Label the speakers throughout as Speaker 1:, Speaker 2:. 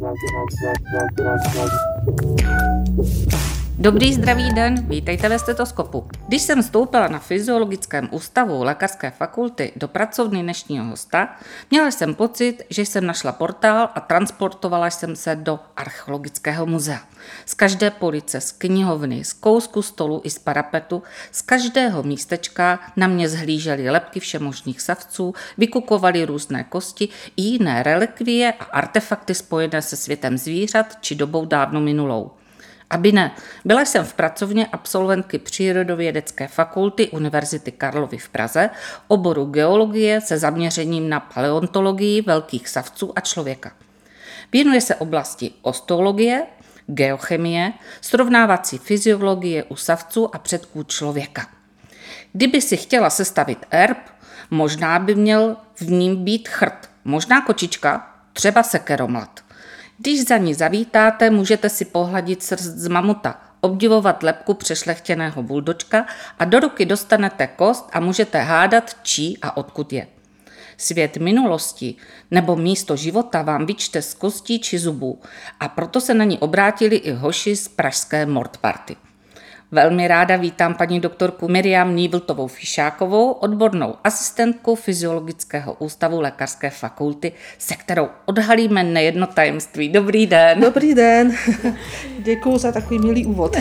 Speaker 1: Dobrý zdravý den, vítejte ve stetoskopu. Když jsem vstoupila na Fyziologickém ústavu Lékařské fakulty do pracovny dnešního hosta, měla jsem pocit, že jsem našla portál a transportovala jsem se do Archeologického muzea. Z každé police, z knihovny, z kousku stolu i z parapetu, z každého místečka na mě zhlížely lebky všemožných savců, vykukovaly různé kosti i jiné relikvie a artefakty spojené se světem zvířat či dobou dávno minulou. Aby ne, byla jsem v pracovně absolventky Přírodovědecké fakulty Univerzity Karlovy v Praze, oboru geologie se zaměřením na paleontologii velkých savců a člověka. Věnuje se oblasti osteologie, geochemie, srovnávací fyziologie u savců a předků člověka. Kdyby si chtěla sestavit erb, možná by měl v ním být chrt, možná kočička, třeba sekeromlat. Když za ní zavítáte, můžete si pohladit srst z mamuta, obdivovat lebku přešlechtěného buldočka a do ruky dostanete kost a můžete hádat, čí a odkud je. Svět minulosti nebo místo života vám vyčte z kostí či zubů a proto se na ní obrátili i hoši z pražské Mordparty. Velmi ráda vítám paní doktorku Miriam Nývltovou-Fišákovou, odbornou asistentku Fyziologického ústavu Lékařské fakulty, se kterou odhalíme nejedno tajemství. Dobrý den.
Speaker 2: Dobrý den. Děkuju za takový milý úvod.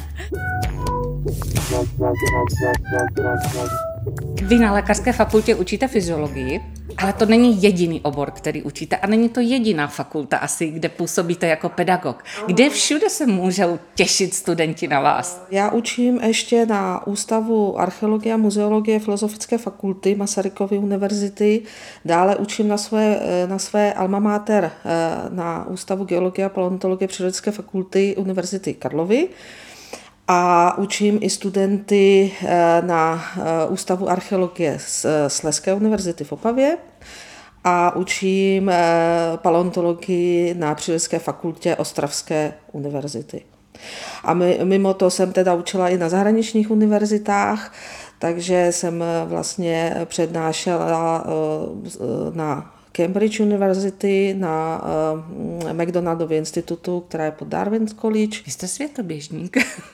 Speaker 1: Vy na Lékařské fakultě učíte fyziologii, ale to není jediný obor, který učíte a není to jediná fakulta asi, kde působíte jako pedagog. Kde všude se můžou těšit studenti na vás?
Speaker 2: Já učím ještě na Ústavu archeologie a muzeologie Filozofické fakulty Masarykovy univerzity. Dále učím na své alma mater na Ústavu geologie a paleontologie Přírodovědecké fakulty Univerzity Karlovy. A učím i studenty na Ústavu archeologie z Slezské univerzity v Opavě a učím paleontologii na Přírodovědecké fakultě Ostravské univerzity. A mimo to jsem teda učila i na zahraničních univerzitách, takže jsem vlastně přednášela na Cambridge University, na McDonaldově institutu, která je pod Darwin's College.
Speaker 1: Vy jste světoběžník.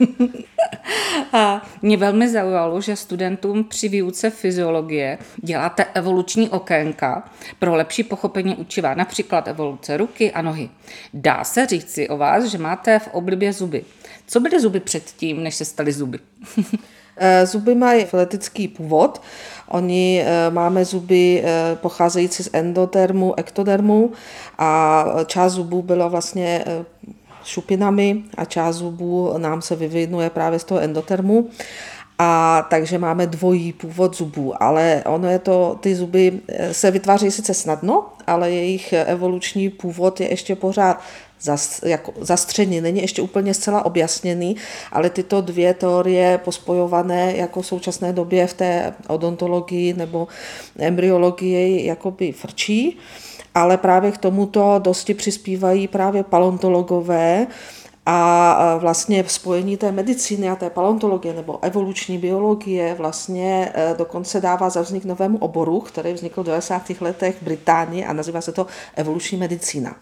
Speaker 1: A mě velmi zaujalo, že studentům při výuce fyziologie děláte evoluční okénka pro lepší pochopení učiva, například evoluce ruky a nohy. Dá se říci o vás, že máte v oblibě zuby. Co byly zuby předtím, než se staly zuby?
Speaker 2: Zuby mají filetický původ. Máme zuby pocházející z endodermu, ektodermu a část zubů bylo vlastně šupinami a část zubů nám se vyvinuje právě z toho endodermu. A takže máme dvojí původ zubů, ale ty zuby se vytváří sice snadno, ale jejich evoluční původ je ještě pořád zastřený, není ještě úplně zcela objasněný, ale tyto dvě teorie pospojované jako v současné době v té odontologii nebo embryologii jakoby frčí, ale právě k tomuto dosti přispívají právě paleontologové a vlastně spojení té medicíny a té paleontologie nebo evoluční biologie vlastně dokonce dává za vznik novému oboru, který vznikl v 90. letech v Británii a nazývá se to evoluční medicína.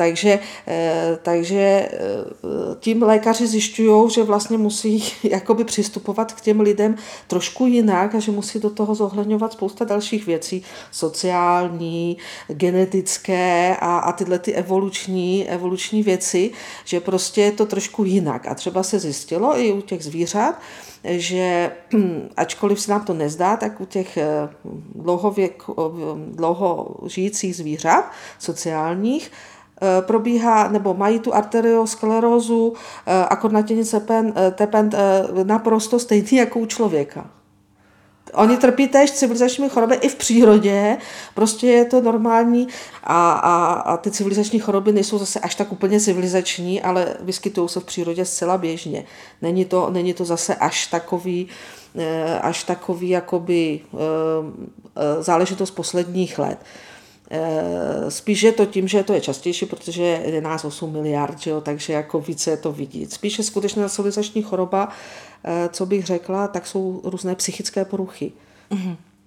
Speaker 2: Takže tím lékaři zjišťují, že vlastně musí jakoby přistupovat k těm lidem trošku jinak a že musí do toho zohledňovat spousta dalších věcí, sociální, genetické a tyhle ty evoluční věci, že prostě je to trošku jinak. A třeba se zjistilo i u těch zvířat, že ačkoliv se nám to nezdá, tak u těch dlouho žijících zvířat sociálních probíhá, nebo mají tu arteriosklerózu a kornatění tepen naprosto stejný jako u člověka. Oni trpí též civilizačními choroby i v přírodě, prostě je to normální a ty civilizační choroby nejsou zase až tak úplně civilizační, ale vyskytují se v přírodě zcela běžně. Není to zase až takový jakoby záležitost posledních let. Spíš je to tím, že to je častější, protože je nás 8 miliard, že jo, takže jako více je to vidět. Spíše skutečná civilizační choroba, co bych řekla, tak jsou různé psychické poruchy.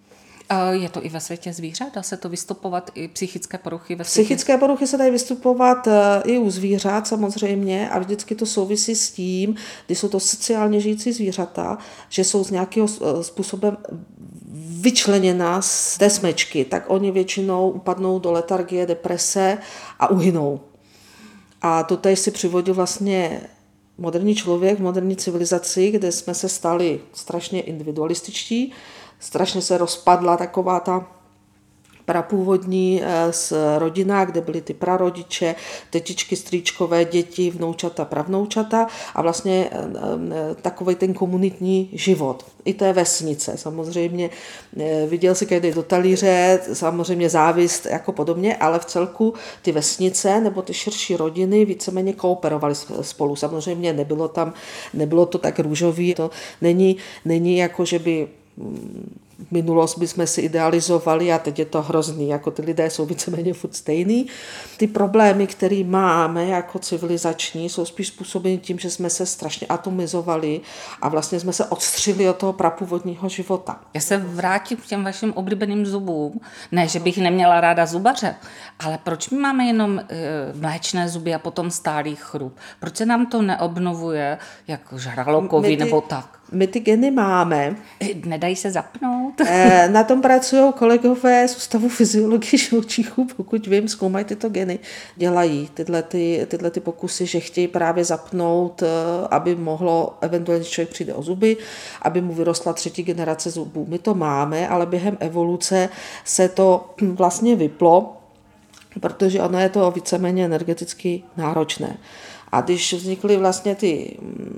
Speaker 1: Je to i ve světě zvířat? Dá se to vystupovat i psychické poruchy ve světě?
Speaker 2: Psychické poruchy se dají vystupovat i u zvířat samozřejmě a vždycky to souvisí s tím, když jsou to sociálně žijící zvířata, že jsou z nějakého způsobem vyčleněná z té smečky, tak oni většinou upadnou do letargie, deprese a uhynou. A to tady si přivodil vlastně moderní člověk v moderní civilizaci, kde jsme se stali strašně individualističtí, strašně se rozpadla taková ta prapůvodní rodina, kde byly ty prarodiče, tetičky, strýčkové, děti, vnoučata, pravnoučata a vlastně takový ten komunitní život. I té vesnice samozřejmě. Viděl si každý do talíře, samozřejmě závist jako podobně, ale v celku ty vesnice nebo ty širší rodiny víceméně kooperovaly spolu. Samozřejmě nebylo to tak růžový, to není jako, že by minulost bychom si idealizovali a teď je to hrozný, jako ty lidé jsou víceméně furt stejný. Ty problémy, které máme jako civilizační, jsou spíš způsobeny tím, že jsme se strašně atomizovali a vlastně jsme se odstřihli od toho prapůvodního života.
Speaker 1: Já se vrátím k těm vašim oblíbeným zubům. Ne, že bych neměla ráda zubaře, ale proč my máme jenom mléčné zuby a potom stálý chrup? Proč se nám to neobnovuje jako žralokovi nebo tak?
Speaker 2: My ty geny máme.
Speaker 1: Nedají se zapnout?
Speaker 2: Na tom pracují kolegové z Ústavu fyziologie živočichů, pokud vím, zkoumají tyto geny. Dělají tyhle ty pokusy, že chtějí právě zapnout, aby mohlo, eventuálně člověk přijde o zuby, aby mu vyrostla 3. generace zubů. My to máme, ale během evoluce se to vlastně vyplo, protože ono je to víceméně energeticky náročné. A když vznikly vlastně ty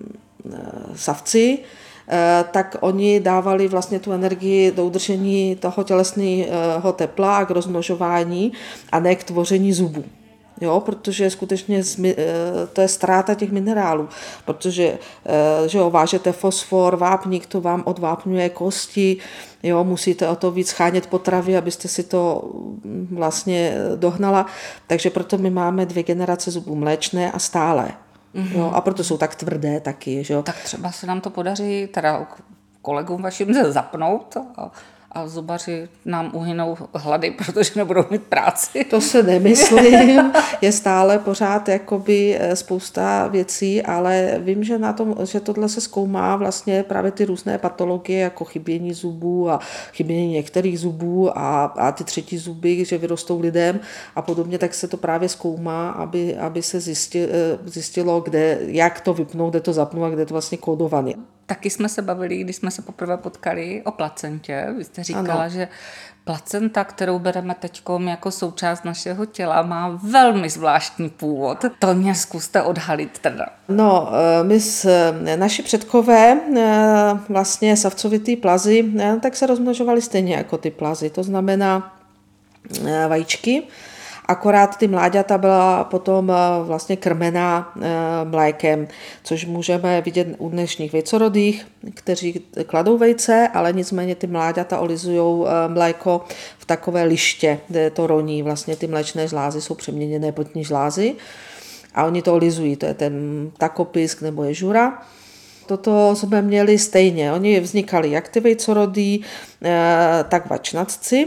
Speaker 2: savci, tak oni dávali vlastně tu energii do udržení toho tělesného tepla a k rozmnožování a ne k tvoření zubů. Jo, protože skutečně to je ztráta těch minerálů, protože že jo, vážete fosfor, vápník, to vám odvápňuje kosti, jo, musíte o to víc chánět potravy, abyste si to vlastně dohnala, takže proto my máme 2 generace zubů, mléčné a stálé. Mm-hmm. Jo, a proto jsou tak tvrdé taky. Že jo.
Speaker 1: Tak třeba se nám to podaří teda kolegům vašim zapnout a zubaři nám uhynou hlady, protože nebudou mít práci.
Speaker 2: To se nemyslím, je stále pořád jakoby spousta věcí, ale vím, že že tohle se zkoumá vlastně právě ty různé patologie, jako chybění zubů a chybění některých zubů a ty 3. zuby, že vyrostou lidem a podobně, tak se to právě zkoumá, aby se zjistilo, jak to vypnout, kde to zapnout a kde to vlastně kódované.
Speaker 1: Taky jsme se bavili, když jsme se poprvé potkali, o placentě. Vy jste říkala, ano, že placenta, kterou bereme teďkom jako součást našeho těla, má velmi zvláštní původ. To mě zkuste odhalit teda.
Speaker 2: No, naši předkové, vlastně savcovitý plazy, tak se rozmnožovali stejně jako ty plazy. To znamená vajíčky. Akorát ty mláďata byla potom vlastně krmená mlékem, což můžeme vidět u dnešních vejcorodých, kteří kladou vejce, ale nicméně ty mláďata olizují mléko v takové liště, kde to roní. Vlastně ty mléčné žlázy jsou přeměněné potní žlázy a oni to olizují. To je ten takopisk nebo ježura. Toto jsme měli stejně. Oni vznikali jak ty vejcorodí, tak vačnatci.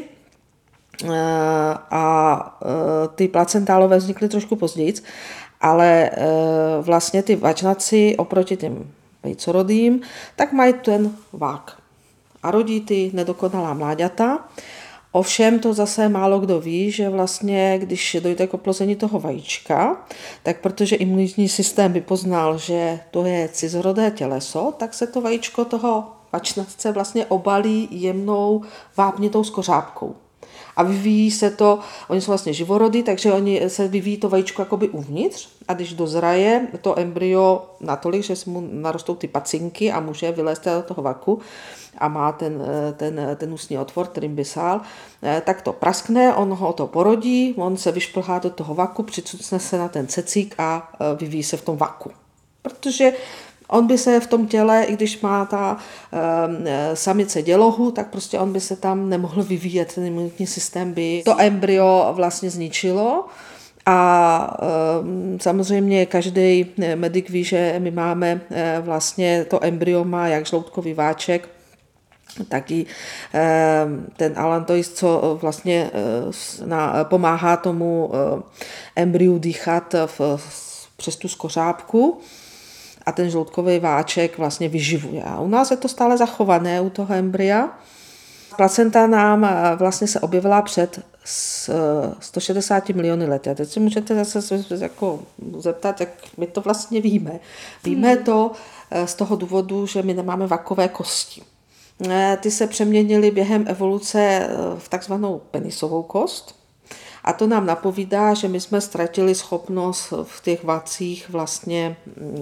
Speaker 2: A ty placentálové vznikly trošku později, ale vlastně ty vačnaci oproti těm vejcorodým, tak mají ten vák a rodí ty nedokonalá mláďata. Ovšem to zase málo kdo ví, že vlastně, když dojde k oplození toho vajíčka, tak protože imunitní systém by poznal, že to je cizorodé těleso, tak se to vajíčko toho vačnatce vlastně obalí jemnou vápnitou skořápkou. A vyvíjí se to, oni jsou vlastně živorody, takže oni se vyvíjí to vajíčko jakoby uvnitř a když dozraje to embryo natolik, že se mu narostou ty pacinky a může vylézt do toho vaku a má ten ústní otvor, kterým by sál, tak to praskne, on ho to porodí, on se vyšplhá do toho vaku, přicucne se na ten cecík a vyvíjí se v tom vaku. Protože on by se v tom těle, i když má ta samice dělohu, tak prostě on by se tam nemohl vyvíjet, ten imunitní systém by to embryo vlastně zničilo. A samozřejmě každý medic ví, že my máme vlastně, to embryo má jak žloutkový váček, taky ten allantois, co vlastně pomáhá tomu embryu dýchat přes tu skořápku a ten žloutkový váček vlastně vyživuje. A u nás je to stále zachované u toho embrya. Placenta nám vlastně se objevila před 160 miliony let. A teď si můžete zase jako zeptat, jak my to vlastně víme. Víme to z toho důvodu, že my nemáme vakové kosti. Ty se přeměnily během evoluce v takzvanou penisovou kost. A to nám napovídá, že my jsme ztratili schopnost v těch vacích vlastně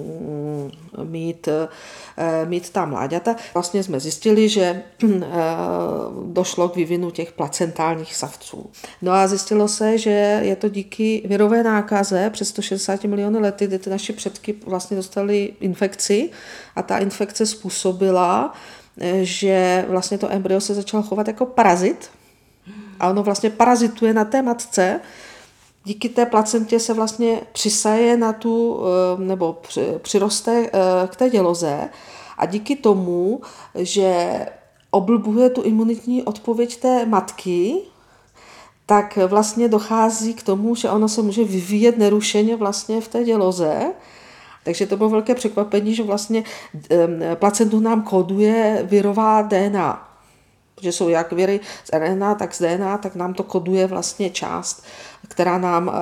Speaker 2: mít ta mláďata. Vlastně jsme zjistili, že došlo k vývinu těch placentálních savců. No a zjistilo se, že je to díky virové nákaze přes 160 miliony lety, kdy ty naši předky vlastně dostali infekci a ta infekce způsobila, že vlastně to embryo se začalo chovat jako parazit. A ono vlastně parazituje na té matce, díky té placentě se vlastně přisaje na tu, nebo přiroste k té děloze a díky tomu, že oblbuje tu imunitní odpověď té matky, tak vlastně dochází k tomu, že ono se může vyvíjet nerušeně vlastně v té děloze. Takže to bylo velké překvapení, že vlastně placentu nám kóduje virová DNA. Protože jsou jak viry z RNA, tak z DNA, tak nám to koduje vlastně část, která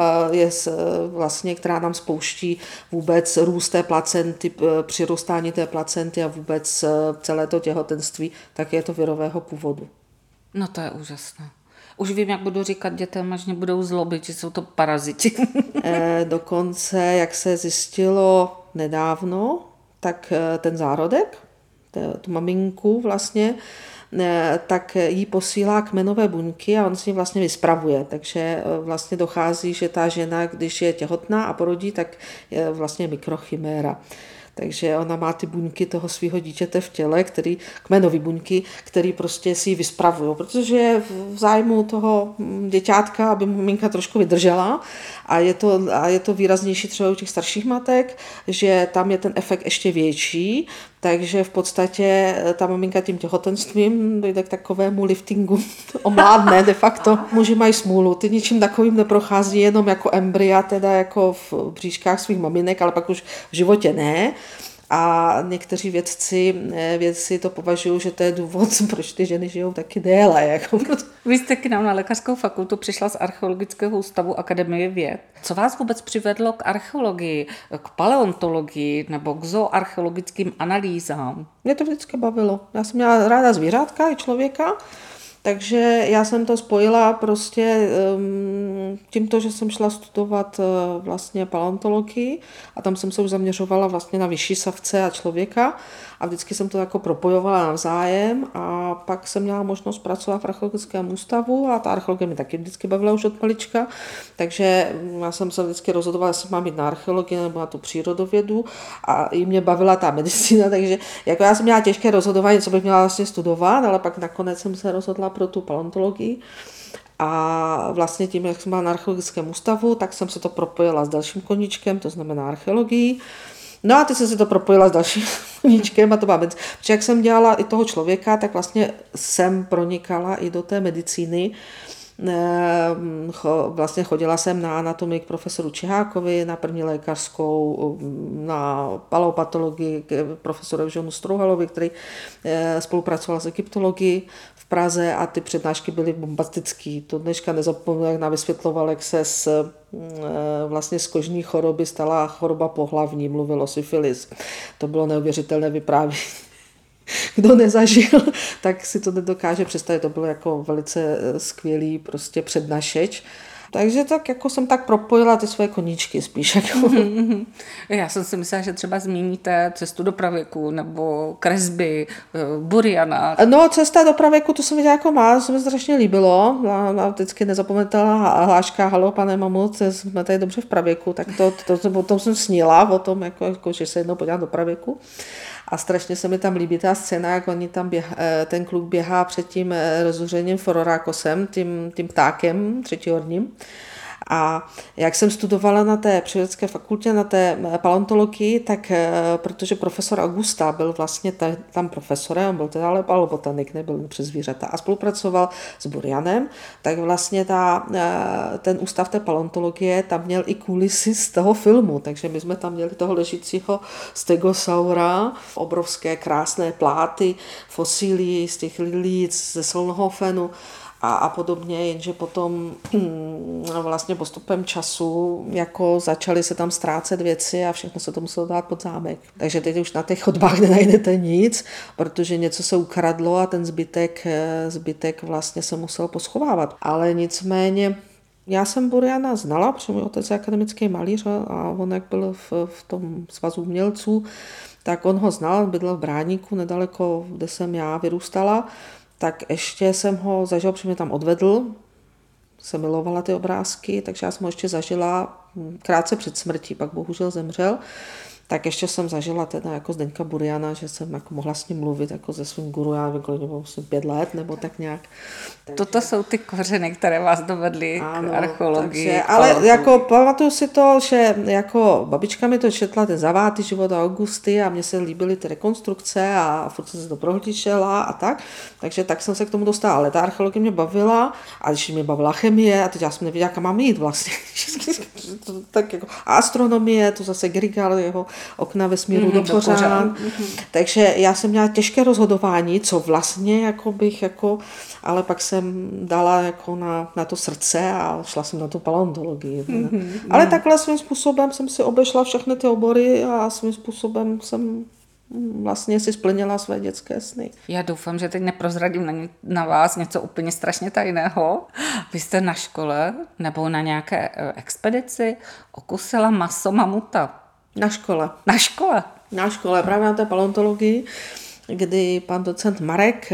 Speaker 2: nám spouští vůbec růst té placenty, přirůstání té placenty a vůbec celé to těhotenství, tak je to virového původu.
Speaker 1: No to je úžasné. Už vím, jak budu říkat dětem, až mě budou zlobit, že jsou to paraziti.
Speaker 2: Dokonce, jak se zjistilo nedávno, tak ten zárodek, tu maminku vlastně, tak jí posílá kmenové buňky a on si ji vlastně vyspravuje. Takže vlastně dochází, že ta žena, když je těhotná a porodí, tak je vlastně mikrochiméra. Takže ona má ty buňky toho svého dítěte v těle, kmenové buňky, který prostě si ji vyspravují, protože je v zájmu toho děťátka, aby maminka trošku vydržela a je to výraznější třeba u těch starších matek, že tam je ten efekt ještě větší, takže v podstatě ta maminka tím těhotenstvím dojde k takovému liftingu, omládne de facto. Muži mají smůlu, ty ničím takovým neprochází jenom jako embrya, teda jako v bříškách svých maminek, ale pak už v životě ne. A někteří vědci to považují, že to je důvod, proč ty ženy žijou taky déle. Jako.
Speaker 1: Vy jste k nám na lékařskou fakultu přišla z Archeologického ústavu Akademie věd. Co vás vůbec přivedlo k archeologii, k paleontologii nebo k zooarcheologickým analýzám?
Speaker 2: Mě to vždycky bavilo. Já jsem měla ráda zvířátka i člověka, takže já jsem to spojila prostě tímto, že jsem šla studovat vlastně paleontologii a tam jsem se už zaměřovala vlastně na vyšší savce a člověka a vždycky jsem to jako propojovala navzájem a pak jsem měla možnost pracovat v Archeologickém ústavu a ta archeologie mi taky vždycky bavila už od malička, takže já jsem se vždycky rozhodovala, jestli mám jít na archeologii nebo na tu přírodovědu a i mě bavila ta medicína, takže jako já jsem měla těžké rozhodování, co bych měla vlastně studovat, ale pak nakonec jsem se rozhodla pro tu paleontologii. A vlastně tím, jak jsem byla na Archeologickém ústavu, tak jsem se to propojila s dalším koníčkem, to znamená archeologií. No a teď jsem se to propojila s dalším koníčkem a to byla medicína. Protože jak jsem dělala i toho člověka, tak vlastně jsem pronikala i do té medicíny. Vlastně chodila jsem na anatomii k profesoru Čihákovi, na první lékařskou, na paleopatologii k profesoru Evženu Strouhalovi, který spolupracoval s egyptologií v Praze a ty přednášky byly bombastický. To dneška nezapomněl, jak nám vysvětloval, jak se vlastně z kožní choroby stala choroba pohlavní, mluvil o syfilis. To bylo neuvěřitelné vyprávění. Kdo nezažil, tak si to nedokáže představit. To bylo jako velice skvělý prostě přednašeč. Takže tak jako jsem tak propojila ty svoje koníčky spíš. Jako.
Speaker 1: Já jsem si myslela, že třeba zmíníte cestu do pravěku nebo kresby, Buriana.
Speaker 2: No, cesta do pravěku, to jsem viděla jako má, to se mi strašně líbilo. A vždycky nezapomenutelná hláška, halo, pane mamut, jsme tady dobře v pravěku, tak o tom jsem snila, o tom, jako, že se jednou podívám do pravěku. A strašně se mi tam líbí ta scéna, jak oni tam ten kluk běhá před tím rozuřeným Fororákosem, tím ptákem třetihorním. A jak jsem studovala na té přírodovědecké fakultě, na té paleontologii, tak protože profesor Augusta byl vlastně tam profesorem, on byl teda ale paleobotanik, nebyl přes zvířata a spolupracoval s Burianem, tak vlastně ten ústav té paleontologie tam měl i kulisy z toho filmu, takže my jsme tam měli toho ležícího stegosaura, obrovské krásné pláty, fosílii z těch lilíc, ze Solnhofenu a podobně, jenže potom vlastně postupem času jako začaly se tam ztrácet věci a všechno se to muselo dát pod zámek. Takže teď už na těch chodbách nenajdete nic, protože něco se ukradlo a ten zbytek vlastně se musel poschovávat. Ale nicméně já jsem Buriana znala, protože můj otec je akademický malíř a on jak byl v tom svazu umělců, tak on ho znal, bydlel v Bráníku, nedaleko, kde jsem já vyrůstala, tak ještě jsem ho zažila, protože mě tam odvedl, jsem milovala ty obrázky, takže já jsem ho ještě zažila krátce před smrtí, pak bohužel zemřel, tak ještě jsem zažila teda jako Zdeňka Buriana, že jsem jako mohla s ním mluvit jako se svým guru, já nevím, kolik bylo 5 let nebo tak nějak.
Speaker 1: Toto jsou ty kořeny, které vás dovedly k archeologii.
Speaker 2: Takže, ale jako pamatuju si to, že jako babička mi to četla, ten Zavátý život Augusty a mně se líbily ty rekonstrukce a furt jsem se to prohlížela a tak, takže tak jsem se k tomu dostala, ale ta archeologie mě bavila a když mě bavila chemie a teď já jsem nevěděla, kam mám jít vlastně. Tak jako astronomie, to zase Grigal, jeho okna vesmíru do pořád. Takže já jsem měla těžké rozhodování, co vlastně jako bych jako, ale pak jsem dala jako na to srdce a šla jsem na tu paleontologii. Ale takhle svým způsobem jsem si obešla všechny ty obory a svým způsobem jsem vlastně si splnila své dětské sny.
Speaker 1: Já doufám, že teď neprozradím na vás něco úplně strašně tajného. Vy jste na škole nebo na nějaké expedici okusila maso mamuta.
Speaker 2: Na škole.
Speaker 1: Na škole?
Speaker 2: Na škole, právě na té paleontologii, kdy pan docent Marek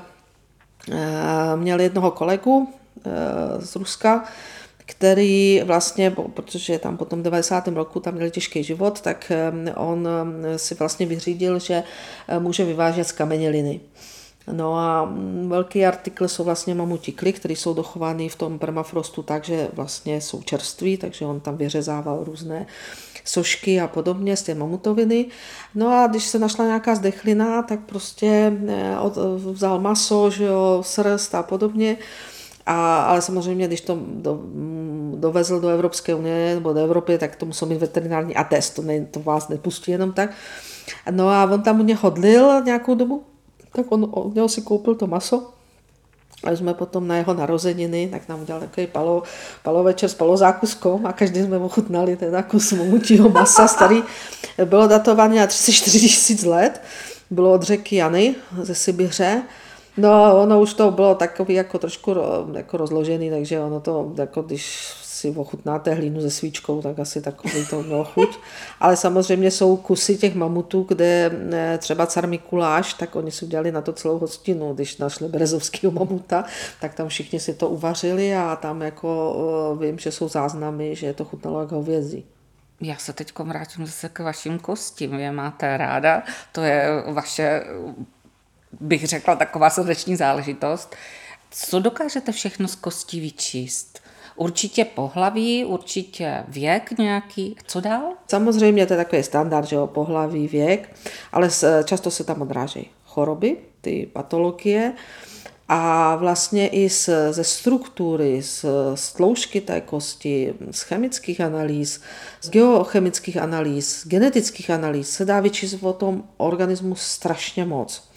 Speaker 2: měl jednoho kolegu z Ruska, který vlastně, protože tam po tom 90. roku tam měli těžký život, tak on si vlastně vyřídil, že může vyvážet zkameněliny. No a velký artikl jsou vlastně mamutikly, které jsou dochovány v tom permafrostu tak, že vlastně jsou čerství, takže on tam vyřezával různé sošky a podobně z té mamutoviny. No a když se našla nějaká zdechlina, tak prostě vzal maso, že jo, srst a podobně. Ale samozřejmě, když to dovezl do Evropské unie nebo do Evropy, tak to musel mít veterinární atest, to vás nepustí jenom tak. No a on tam u něj hodlil nějakou dobu, tak on od něho si koupil to maso. A jsme potom na jeho narozeniny, tak nám udělal takový palovečer s palozákuskou a každý jsme ochutnali teda kus mamutího masa, starý. Bylo datované na 34 000 let, bylo od řeky Jany ze Sibiře. No, ono už to bylo takový jako trošku jako rozložený, takže ono to, jako když si ochutnáte hlínu se svíčkou, tak asi takový to mělo chuť. Ale samozřejmě jsou kusy těch mamutů, kde třeba car Mikuláš, tak oni si udělali na to celou hostinu, když našli berezovského mamuta, tak tam všichni si to uvařili a tam jako vím, že jsou záznamy, že to chutnalo jako hovězí.
Speaker 1: Já se teď vrátím zase k vašim kostím. Vy je máte ráda, to je vaše, bych řekla, taková srdeční záležitost. Co dokážete všechno z kostí vyčíst? Určitě pohlaví, určitě věk nějaký. Co dál?
Speaker 2: Samozřejmě to je takový standard, že jo, pohlaví, věk, ale často se tam odrážejí choroby, ty patologie a vlastně i ze struktury, z tloušťky té kosti, z chemických analýz, z geochemických analýz, z genetických analýz se dá vyčíst o tom organismu strašně moc.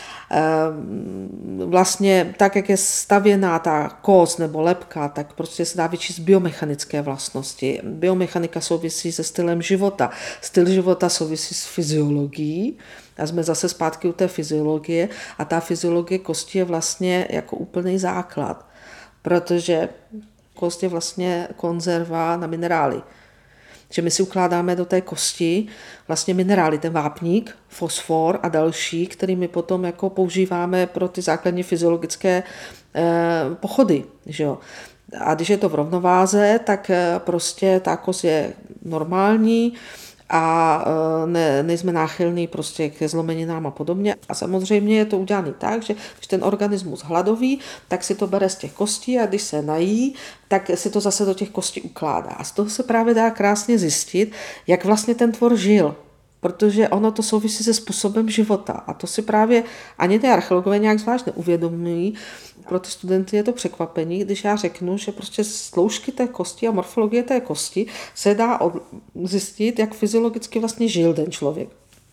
Speaker 2: Vlastně tak, jak je stavěná ta kost nebo lebka, tak prostě se dá vyčíst biomechanické vlastnosti. Biomechanika souvisí se stylem života. Styl života souvisí s fyziologií. A jsme zase zpátky u té fyziologie. A ta fyziologie kosti je vlastně jako úplný základ. Protože kost je vlastně konzerva na minerály. Že my si ukládáme do té kosti vlastně minerály, ten vápník, fosfor a další, kterými potom jako používáme pro ty základní fyziologické pochody. Že jo. A když je to v rovnováze, tak prostě ta kost je normální a nejsme náchylní prostě ke zlomeninám a podobně. A samozřejmě je to udělané tak, že když ten organismus hladoví, tak si to bere z těch kostí a když se nají, tak si to zase do těch kostí ukládá. A z toho se právě dá krásně zjistit, jak vlastně ten tvor žil. Protože ono to souvisí se způsobem života. A to si právě ani ty archeologové nějak zvlášť neuvědomují. Pro ty studenty je to překvapení, když já řeknu, že prostě z tloušťky té kosti a morfologie té kosti se dá zjistit, jak fyziologicky vlastně žil ten člověk.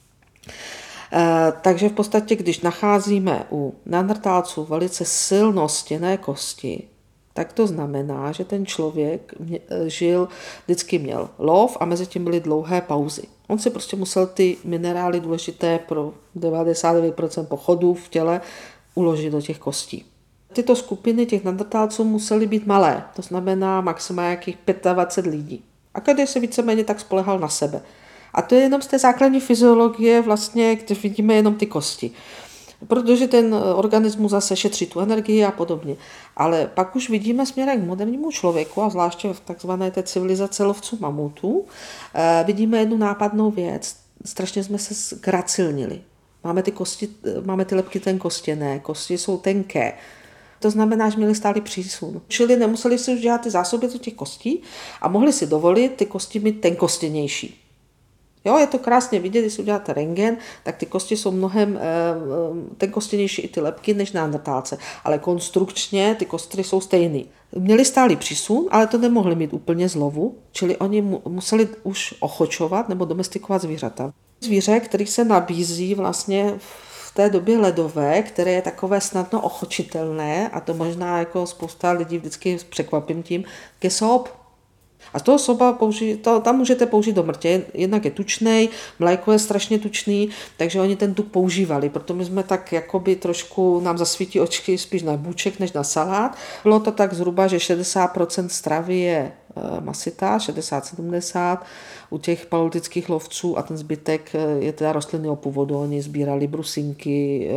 Speaker 2: Takže v podstatě, když nacházíme u neandertálců velice silnostěné kosti, tak to znamená, že ten člověk žil, vždycky měl lov a mezi tím byly dlouhé pauzy. On si prostě musel ty minerály důležité pro 99% pochodů v těle uložit do těch kostí. Tyto skupiny těch neandertálců musely být malé, to znamená maximálně nějakých 25 lidí. A každý se víceméně tak spolehal na sebe. A to je jenom z té základní fyziologie vlastně, kde vidíme jenom ty kosti. Protože ten organismus zase šetří tu energii a podobně. Ale pak už vidíme směrem k modernímu člověku a zvláště v takzvané té civilizace lovců mamutů, vidíme jednu nápadnou věc. Strašně jsme se zgracilnili. Máme ty lebky tenkostěné, kosti jsou tenké. To znamená, že měli stálý přísun. Čili nemuseli si už dělat ty zásoby do těch kostí a mohli si dovolit ty kosti mít tenkostěnější. Jo, je to krásně vidět, když si uděláte rentgen, tak ty kosti jsou mnohem tenkostěnější i ty lebky než neandertálce, ale konstrukčně ty kostry jsou stejný. Měli stálý přísun, ale to nemohli mít úplně z lovu, čili oni museli už ochočovat nebo domestikovat zvířata. Zvíře, který se nabízí vlastně v té době ledové, které je takové snadno ochočitelné, a to možná jako spousta lidí vždycky překvapím tím, je sop. A z toho soba tam můžete použít do mrtě, jednak je tučnej, mléko je strašně tučný, takže oni ten tuk používali, proto my jsme tak jakoby trošku, nám zasvítí očky spíš na bůček než na salát. Bylo to tak zhruba, že 60% stravy je masitá, 60-70 u těch paleolitických lovců a ten zbytek je teda rostlinného původu, oni sbírali brusinky,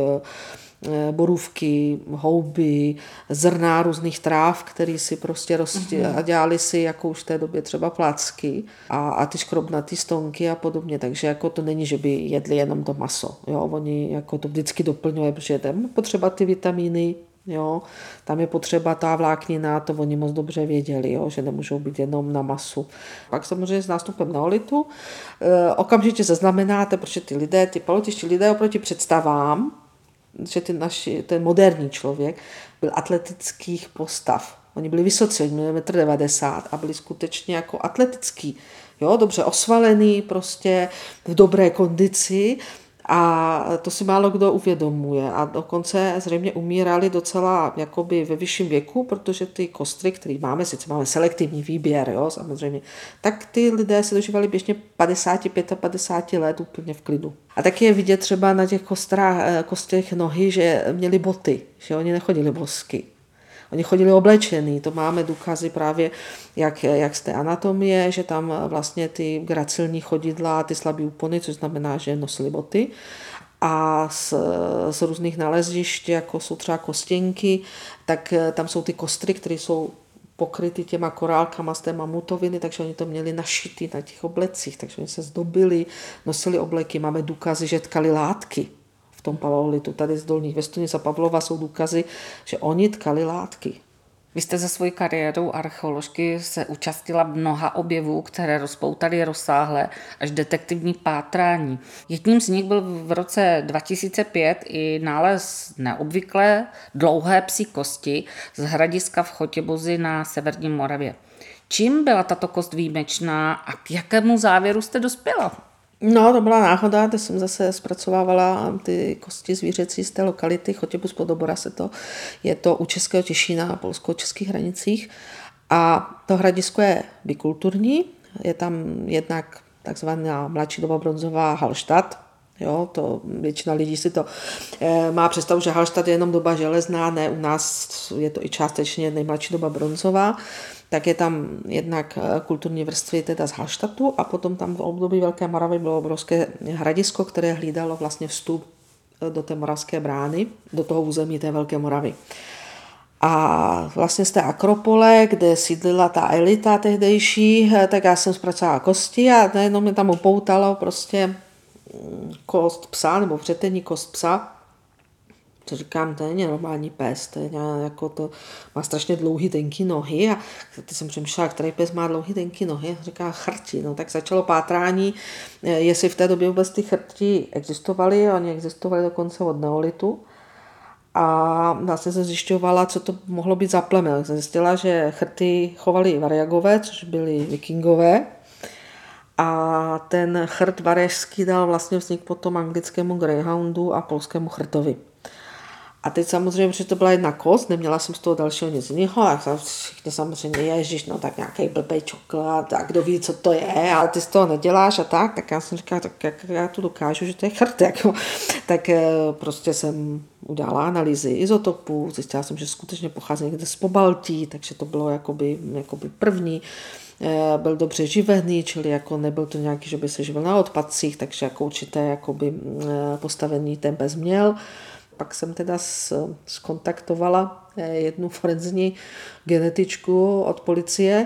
Speaker 2: borůvky, houby, zrná různých tráv, který si prostě a dělali si jako už v té době třeba placky a ty škrobnatý stonky a podobně, takže jako to není, že by jedli jenom to maso, jo, oni jako to vždycky doplňují, protože tam potřeba ty vitamíny, jo, tam je potřeba ta vláknina, to oni moc dobře věděli, jo, že nemůžou být jenom na masu. Pak samozřejmě s nástupem neolitu okamžitě zaznamenáte, protože ty paleolitičtí lidé oproti představám, že ten moderní člověk byl atletických postav. Oni byli vysocí, oni měli 1,90 m a byli skutečně jako atletický. Jo, dobře osvalený, prostě v dobré kondici a to si málo kdo uvědomuje. A dokonce zřejmě umírali docela jakoby ve vyšším věku, protože ty kostry, které máme, sice máme selektivní výběr, jo, samozřejmě, tak ty lidé se dožívali běžně 55 let úplně v klidu. A taky je vidět třeba na těch kostech nohy, že měli boty, že oni nechodili bosky. Oni chodili oblečený, to máme důkazy právě jak z té anatomie, že tam vlastně ty gracilní chodidla, ty slabý úpony, což znamená, že nosili boty. A z různých nalezišť, jako jsou třeba kostěnky, tak tam jsou ty kostry, které jsou pokryty těma korálkama z té mamutoviny, takže oni to měli našitý na těch oblecích, takže oni se zdobili, nosili obleky, máme důkazy, že tkali látky. V tom paleolitu, tady z Dolních Věstonic a Pavlova jsou důkazy, že oni tkali látky.
Speaker 1: Vy jste za svoji kariérou archeoložky se účastnila mnoha objevů, které rozpoutaly rozsáhlé až detektivní pátrání. Jedním z nich byl v roce 2005 i nález neobvyklé dlouhé psí kosti z hradiska v Chotěbozi na severní Moravě. Čím byla tato kost výjimečná a k jakému závěru jste dospěla?
Speaker 2: No, to byla náhoda, kde jsem zase zpracovávala ty kosti zvířecí z té lokality, Chotěbuz pod Oborase, je to u Českého Těšína na polsko-českých hranicích. A to hradisko je bikulturní, je tam jednak takzvaná mladší doba bronzová Hallstatt. Jo, to většina lidí si to má představu, že Hallstatt je jenom doba železná, ne, u nás je to i částečně nejmladší doba bronzová, tak je tam jednak kulturní vrstvy teda z Hallstattu a potom tam v období Velké Moravy bylo obrovské hradisko, které hlídalo vlastně vstup do té moravské brány, do toho území té Velké Moravy. A vlastně z té Akropole, kde sídlila ta elita tehdejší, tak já jsem zpracovala kosti a najednou mě tam upoutalo prostě kost psa, nebo vřetení kost psa. To říkám, to není normální pes, to je jako to, má strašně dlouhý, tenký nohy a teď jsem přemýšlela, který pes má dlouhý, tenký nohy, říká chrti, no tak začalo pátrání, jestli v té době vůbec ty chrti existovaly, oni existovali dokonce od neolitu a vlastně jsem zjišťovala, co to mohlo být za plemen. Jsem zjistila, že chrty chovali Variagové, což byli vikingové, a ten chrt varešský dal vlastně vznik potom anglickému greyhoundu a polskému chrtovi. A teď samozřejmě, že to byla jedna kost, neměla jsem z toho dalšího nic jiného, a všichni samozřejmě, ježiš, no tak nějaký blbej čokolád, a kdo ví, co to je, ale ty z toho neděláš a tak já jsem říkala, tak jak já to dokážu, že to je chrt, jako. Tak prostě jsem udělala analýzy izotopů, zjistila jsem, že skutečně pochází někde z Pobaltí, takže to bylo jakoby první. Byl dobře živený, čili jako nebyl to nějaký, že by se živil na odpadcích, takže jako určité jakoby postavení ten pes měl. Pak jsem teda zkontaktovala jednu forenzní genetičku od policie,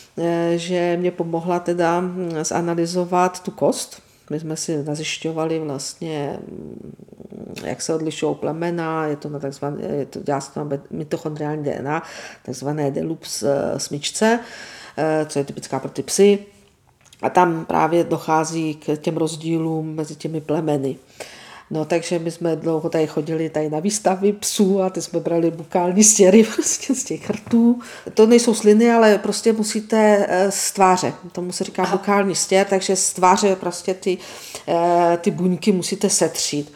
Speaker 2: že mě pomohla teda zanalyzovat tu kost. My jsme si nazjišťovali vlastně, jak se odlišují plemena, je to na takzvané, dělá se to na mitochondriální DNA, takzvané Delups smyčce, co je typická pro ty psy. A tam právě dochází k těm rozdílům mezi těmi plemeny. No, takže my jsme dlouho tady chodili tady na výstavy psů a ty jsme brali bukální stěry prostě z těch chrtů. To nejsou sliny, ale prostě musíte z tváře. Tomu se říká bukální stěr, takže z tváře prostě ty buňky musíte setřít.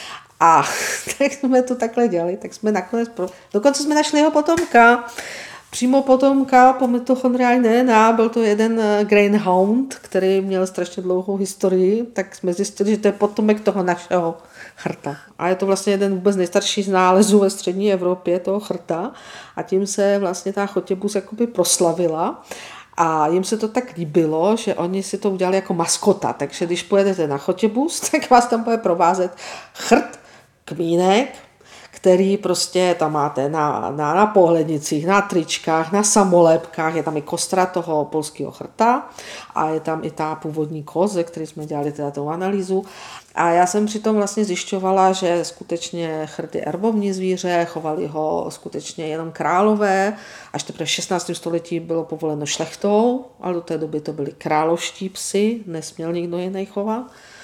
Speaker 2: A tak jsme to takhle dělali, tak jsme nakonec, dokonce jsme našli jeho potomka. Přímo potomka po mitochondriální DNA, byl to jeden greyhound, který měl strašně dlouhou historii, tak jsme zjistili, že to je potomek toho našeho chrta. A je to vlastně jeden vůbec nejstarší z nálezů ve střední Evropě, toho chrta. A tím se vlastně ta Chotěbus jakoby proslavila. A jim se to tak líbilo, že oni si to udělali jako maskota. Takže když pojedete na Chotěbus, tak vás tam bude provázet chrt, kmínek, který prostě tam máte na pohlednicích, na tričkách, na samolepkách, je tam i kostra toho polského chrta a je tam i ta původní kost, ze které jsme dělali teda tu analýzu. A já jsem přitom vlastně zjišťovala, že skutečně chrt je erbovní zvíře, chovali ho skutečně jenom králové, až teprve v 16. století bylo povoleno šlechtou, ale do té doby to byli královští psy, nesměl nikdo jiný chovat.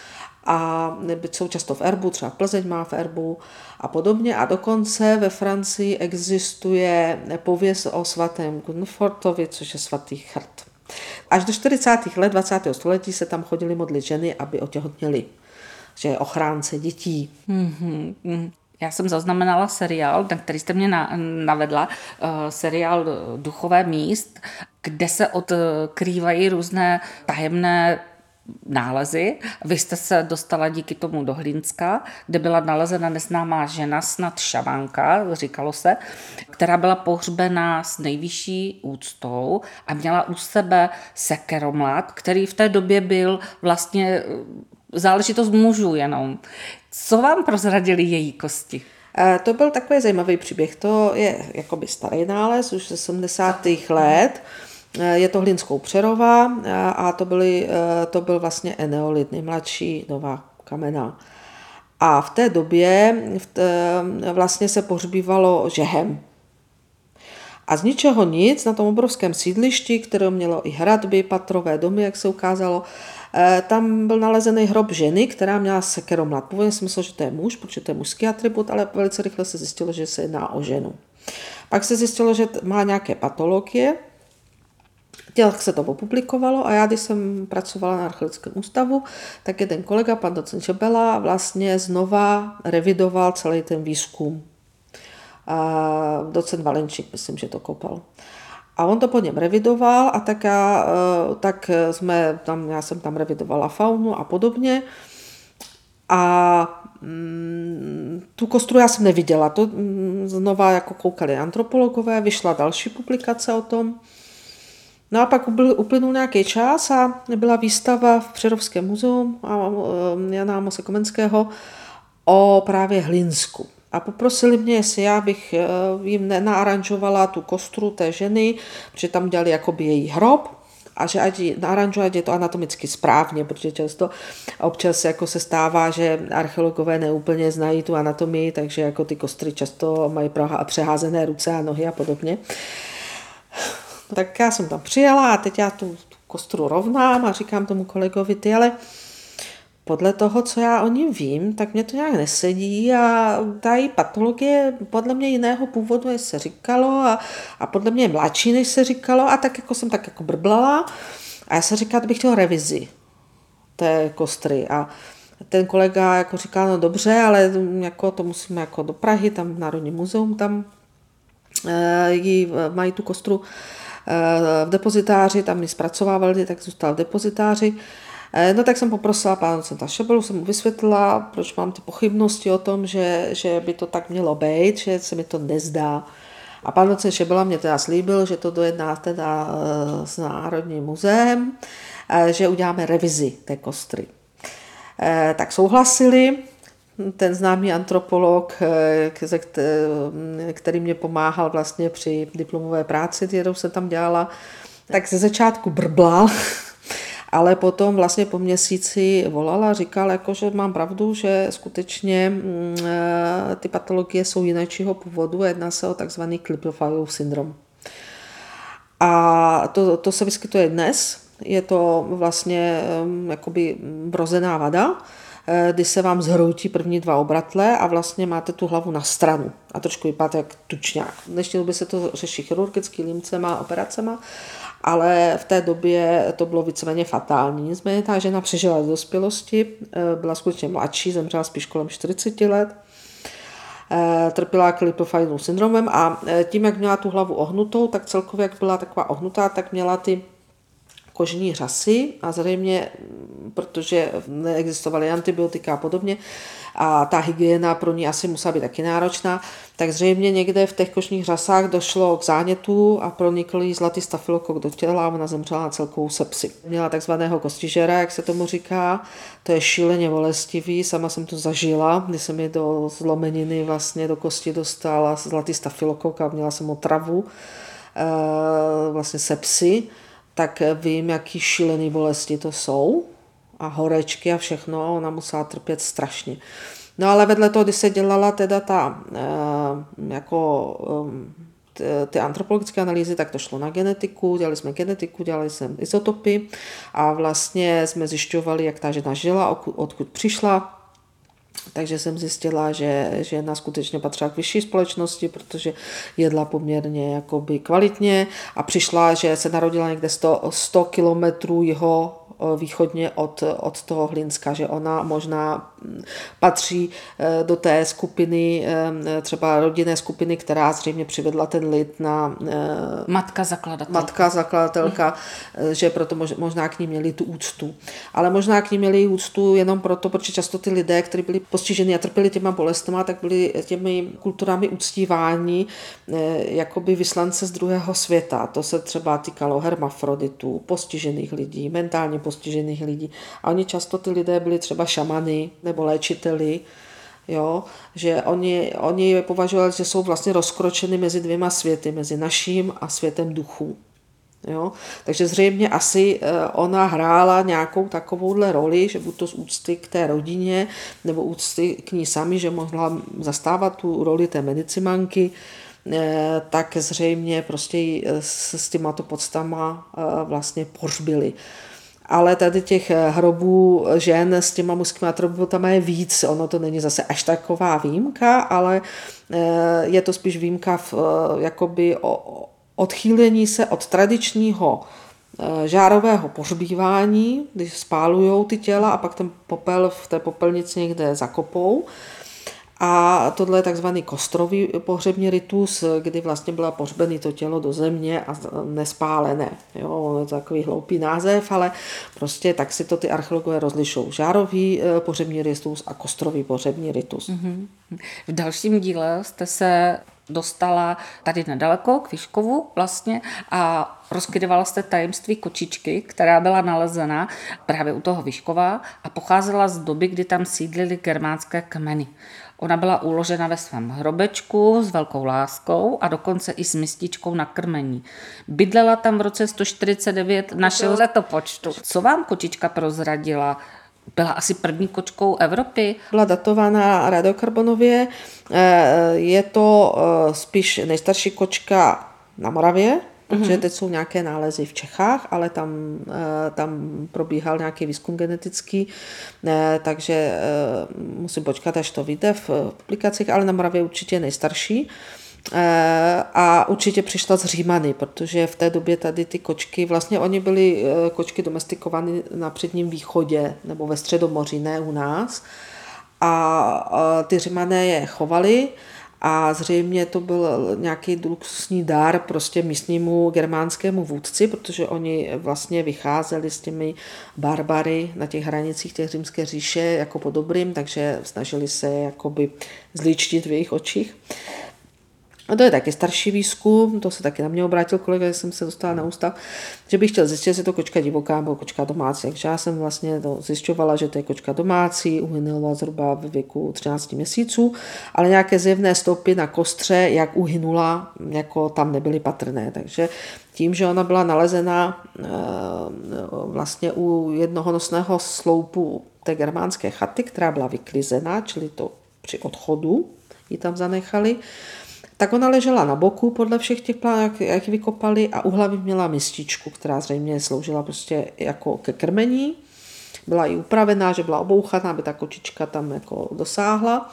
Speaker 2: A jsou často v erbu, třeba Plzeň má v erbu a podobně. A dokonce ve Francii existuje pověst o svatém Gunfortovi, což je svatý chrt. Až do 40. let 20. století se tam chodili modlit ženy, aby otěhotněly, že je ochránce dětí.
Speaker 1: Já jsem zaznamenala seriál, na který jste mě navedla, seriál Duchové míst, kde se odkrývají různé tajemné nálezy. Vy jste se dostala díky tomu do Hlínska, kde byla nalezena neznámá žena, snad šamanka, říkalo se, která byla pohřbená s nejvyšší úctou a měla u sebe sekeromlad, který v té době byl vlastně záležitost mužů jenom. Co vám prozradili její kosti?
Speaker 2: To byl takový zajímavý příběh. To je jakoby starý nález, už ze 70. let. Je to Hlínskou Přerova a to byl vlastně eneolit, nejmladší doba kamenná. A v té době vlastně se pohřbívalo žehem. A z ničeho nic na tom obrovském sídlišti, které mělo i hradby, patrové domy, jak se ukázalo, tam byl nalezený hrob ženy, která měla sekeromlad. Původně jsem myslel, že to je muž, protože to je mužský atribut, ale velice rychle se zjistilo, že se jedná o ženu. Pak se zjistilo, že má nějaké patologie, tak se to opublikovalo a já, když jsem pracovala na Archeologickém ústavu, tak jeden kolega, pan docent Čebela, vlastně znova revidoval celý ten výzkum. Docent Valenčík, myslím, že to kopal. A on to po něm revidoval a já jsem tam revidovala faunu a podobně. A tu kostru já jsem neviděla. To znova jako koukali antropologové, vyšla další publikace o tom. No a pak uplynul nějaký čas a byla výstava v Přerovském muzeu Jana Amose Komenského o právě Hlínsku. a poprosili mě, jestli já bych jim naaranžovala tu kostru té ženy, protože tam dělali jakoby její hrob, a že ať naaranžuje, ať je to anatomicky správně, protože občas jako se stává, že archeologové neúplně znají tu anatomii, takže jako ty kostry často mají přeházené ruce a nohy a podobně. Tak já jsem tam přijela a teď já tu kostru rovnám a říkám tomu kolegovi, ty ale podle toho, co já o ní vím, tak mě to nějak nesedí a ta její patologie podle mě jiného původu, než se říkalo a podle mě je mladší, než se říkalo a tak jako jsem tak jako brblala a já jsem říkala, že bych chtěla revizi té kostry a ten kolega jako říkal, no dobře, ale jako to musíme jako do Prahy, tam v Národním muzeum, tam mají tu kostru v depozitáři, tam ji zpracovávali, tak zůstal v depozitáři. No tak jsem poprosila pana docenta Šebelu, jsem mu vysvětlila, proč mám ty pochybnosti o tom, že by to tak mělo být, že se mi to nezdá. A pan docent Šebela mě teda slíbil, že to dojedná teda s Národním muzeem, že uděláme revizi té kostry. Tak souhlasili. Ten známý antropolog, který mě pomáhal vlastně při diplomové práci, kterou jsem tam dělala, tak ze začátku brblal, ale potom vlastně po měsíci volal a říkal, jako, že mám pravdu, že skutečně ty patologie jsou jiného původu a jedná se o takzvaný Klippel-Feil's syndrom. A to se vyskytuje dnes, je to vlastně jakoby vrozená vada, kdy se vám zhroutí první 2 obratle a vlastně máte tu hlavu na stranu a trošku vypadáte jak tučňák. V dnešní době se to řeší chirurgicky, límcema, operacema, ale v té době to bylo víceméně fatální. Nicméně ta žena přežila do dospělosti, byla skutečně mladší, zemřela spíš kolem 40 let, trpěla Klippel-Feil's syndromem a tím, jak měla tu hlavu ohnutou, tak celkově, jak byla taková ohnutá, tak měla ty kožní řasy a zřejmě, protože neexistovaly antibiotika a podobně a ta hygiena pro ní asi musela být taky náročná, tak zřejmě někde v těch kožních řasách došlo k zánětu a pronikl jí zlatý stafylokok do těla a ona zemřela na celkovou sepsi. Měla takzvaného kostižera, jak se tomu říká, to je šíleně bolestivý, sama jsem to zažila, když se mi do zlomeniny vlastně do kosti dostala zlatý stafylokok a měla jsem otravu, vlastně sepsi, tak vím, jaký šílený bolesti to jsou a horečky a všechno, ona musela trpět strašně. No ale vedle toho, když se dělala teda ty antropologické analýzy, tak to šlo na genetiku, dělali jsme izotopy a vlastně jsme zjišťovali, jak ta žena žila, odkud přišla. Takže jsem zjistila, že žena skutečně patřila k vyšší společnosti, protože jedla poměrně jakoby kvalitně a přišla, že se narodila někde 100 kilometrů východně od toho Hlinska, že ona možná patří do té skupiny, třeba rodinné skupiny, která zřejmě přivedla ten lid na matka zakladatelka, že proto možná k ní měli tu úctu. Ale možná k ní měli úctu jenom proto, protože často ty lidé, kteří byli postiženi a trpěli těma bolestma, tak byli těmi kulturami uctíváni jakoby vyslance z druhého světa. To se třeba týkalo hermafroditů, postižených lidí, mentálně postižených lidí. A oni často ty lidé byli třeba šamany nebo léčiteli, jo? Že oni považovali, že jsou vlastně rozkročeny mezi 2 světy, mezi naším a světem duchů. Jo? Takže zřejmě asi ona hrála nějakou takovouhle roli, že buď to z úcty k té rodině, nebo úcty k ní sami, že mohla zastávat tu roli té medicimanky, tak zřejmě prostě s těmato podstama vlastně pohřbili. Ale tady těch hrobů žen s těma mužskými atributama je víc. Ono to není zase až taková výjimka, ale je to spíš výjimka v jakoby odchýlení se od tradičního žárového pohřbívání, když spálujou ty těla a pak ten popel v té popelnici někde zakopou. A tohle je takzvaný kostrový pohřební ritus, kdy vlastně byla pohřbený to tělo do země a nespálené. Jo, je to takový hloupý název, ale prostě tak si to ty archeologové rozlišou. Žárový pohřební ritus a kostrový pohřební ritus.
Speaker 1: Mm-hmm. V dalším díle jste se dostala tady nedaleko k Vyškovu vlastně a rozkydovala jste tajemství kočičky, která byla nalezena právě u toho Vyškova a pocházela z doby, kdy tam sídlily germánské kmeny. Ona byla uložena ve svém hrobečku s velkou láskou a dokonce i s mističkou na krmení. Bydlela tam v roce 149 našeho letopočtu. Co vám kočička prozradila? Byla asi první kočkou Evropy?
Speaker 2: Byla datovaná radiokarbonově. Je to spíš nejstarší kočka na Moravě, protože teď jsou nějaké nálezy v Čechách, ale tam probíhal nějaký výzkum genetický, takže musím počkat, až to vyjde v publikacích, ale na Moravě určitě nejstarší. A určitě přišla z Římany, protože v té době tady ty kočky, vlastně oni byly kočky domestikovány na Předním východě nebo ve Středomoří, ne u nás. A ty Římané je chovali a zřejmě to byl nějaký luxusní dar prostě místnímu germánskému vůdci, protože oni vlastně vycházeli s těmi barbary na těch hranicích těch římské říše jako po dobrým, takže snažili se jakoby zličtit v jejich očích. A to je taky starší výzkum, to se taky na mě obrátil kolega, když jsem se dostala na ústav, že bych chtěl zjistit, jestli je to kočka divoká nebo kočka domácí. Takže já jsem vlastně to zjišťovala, že to je kočka domácí, uhynula zhruba ve věku 13 měsíců, ale nějaké zjevné stopy na kostře, jak uhynula, jako tam nebyly patrné. Takže tím, že ona byla nalezena vlastně u jednohonosného sloupu té germánské chaty, která byla vyklizena, čili to při odchodu ji tam zanechali, tak ona ležela na boku podle všech těch plánů, jak ji vykopali, a u hlavy měla mističku, která zřejmě sloužila prostě jako ke krmení. Byla i upravená, že byla obouchaná, aby ta kočička tam jako dosáhla.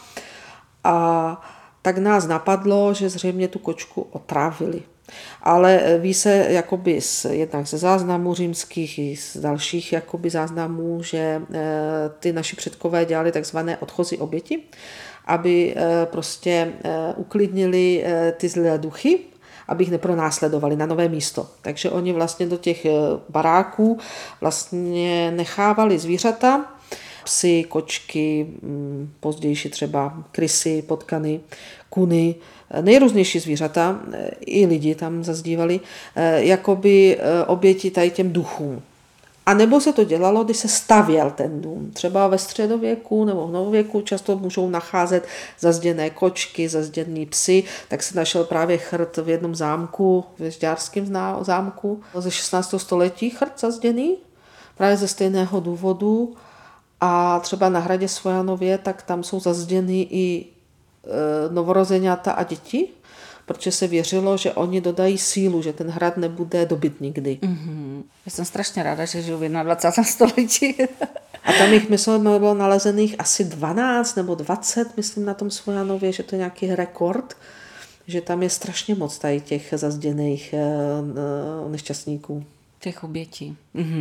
Speaker 2: A tak nás napadlo, že zřejmě tu kočku otrávili. Ale ví se jakoby jednak ze záznamů římských i z dalších jakoby záznamů, že ty naši předkové dělali takzvané odchozí oběti, aby prostě uklidnili ty zlé duchy, aby jich nepronásledovali na nové místo. Takže oni vlastně do těch baráků vlastně nechávali zvířata, psy, kočky, pozdější třeba krysy, potkany, kuny, nejrůznější zvířata, i lidi tam zazdívali, jakoby oběti tady těm duchům. A nebo se to dělalo, když se stavěl ten dům. Třeba ve středověku nebo v novověku často můžou nacházet zazděné kočky, zazděný psy, tak se našel právě chrt v jednom zámku, ve Žďárském zámku ze 16. století, chrt zazděný, právě ze stejného důvodu. A třeba na hradě Svojanově, tak tam jsou zazděny i novorozeňata a děti, protože se věřilo, že oni dodají sílu, že ten hrad nebude dobyt nikdy.
Speaker 1: Já jsem strašně ráda, že žiju v 21. století.
Speaker 2: A tam jich, myslím, bylo nalezených asi 12 nebo 20, myslím, na tom Svojanově, že to je nějaký rekord, že tam je strašně moc tady těch zazděných nešťastníků.
Speaker 1: Těch obětí.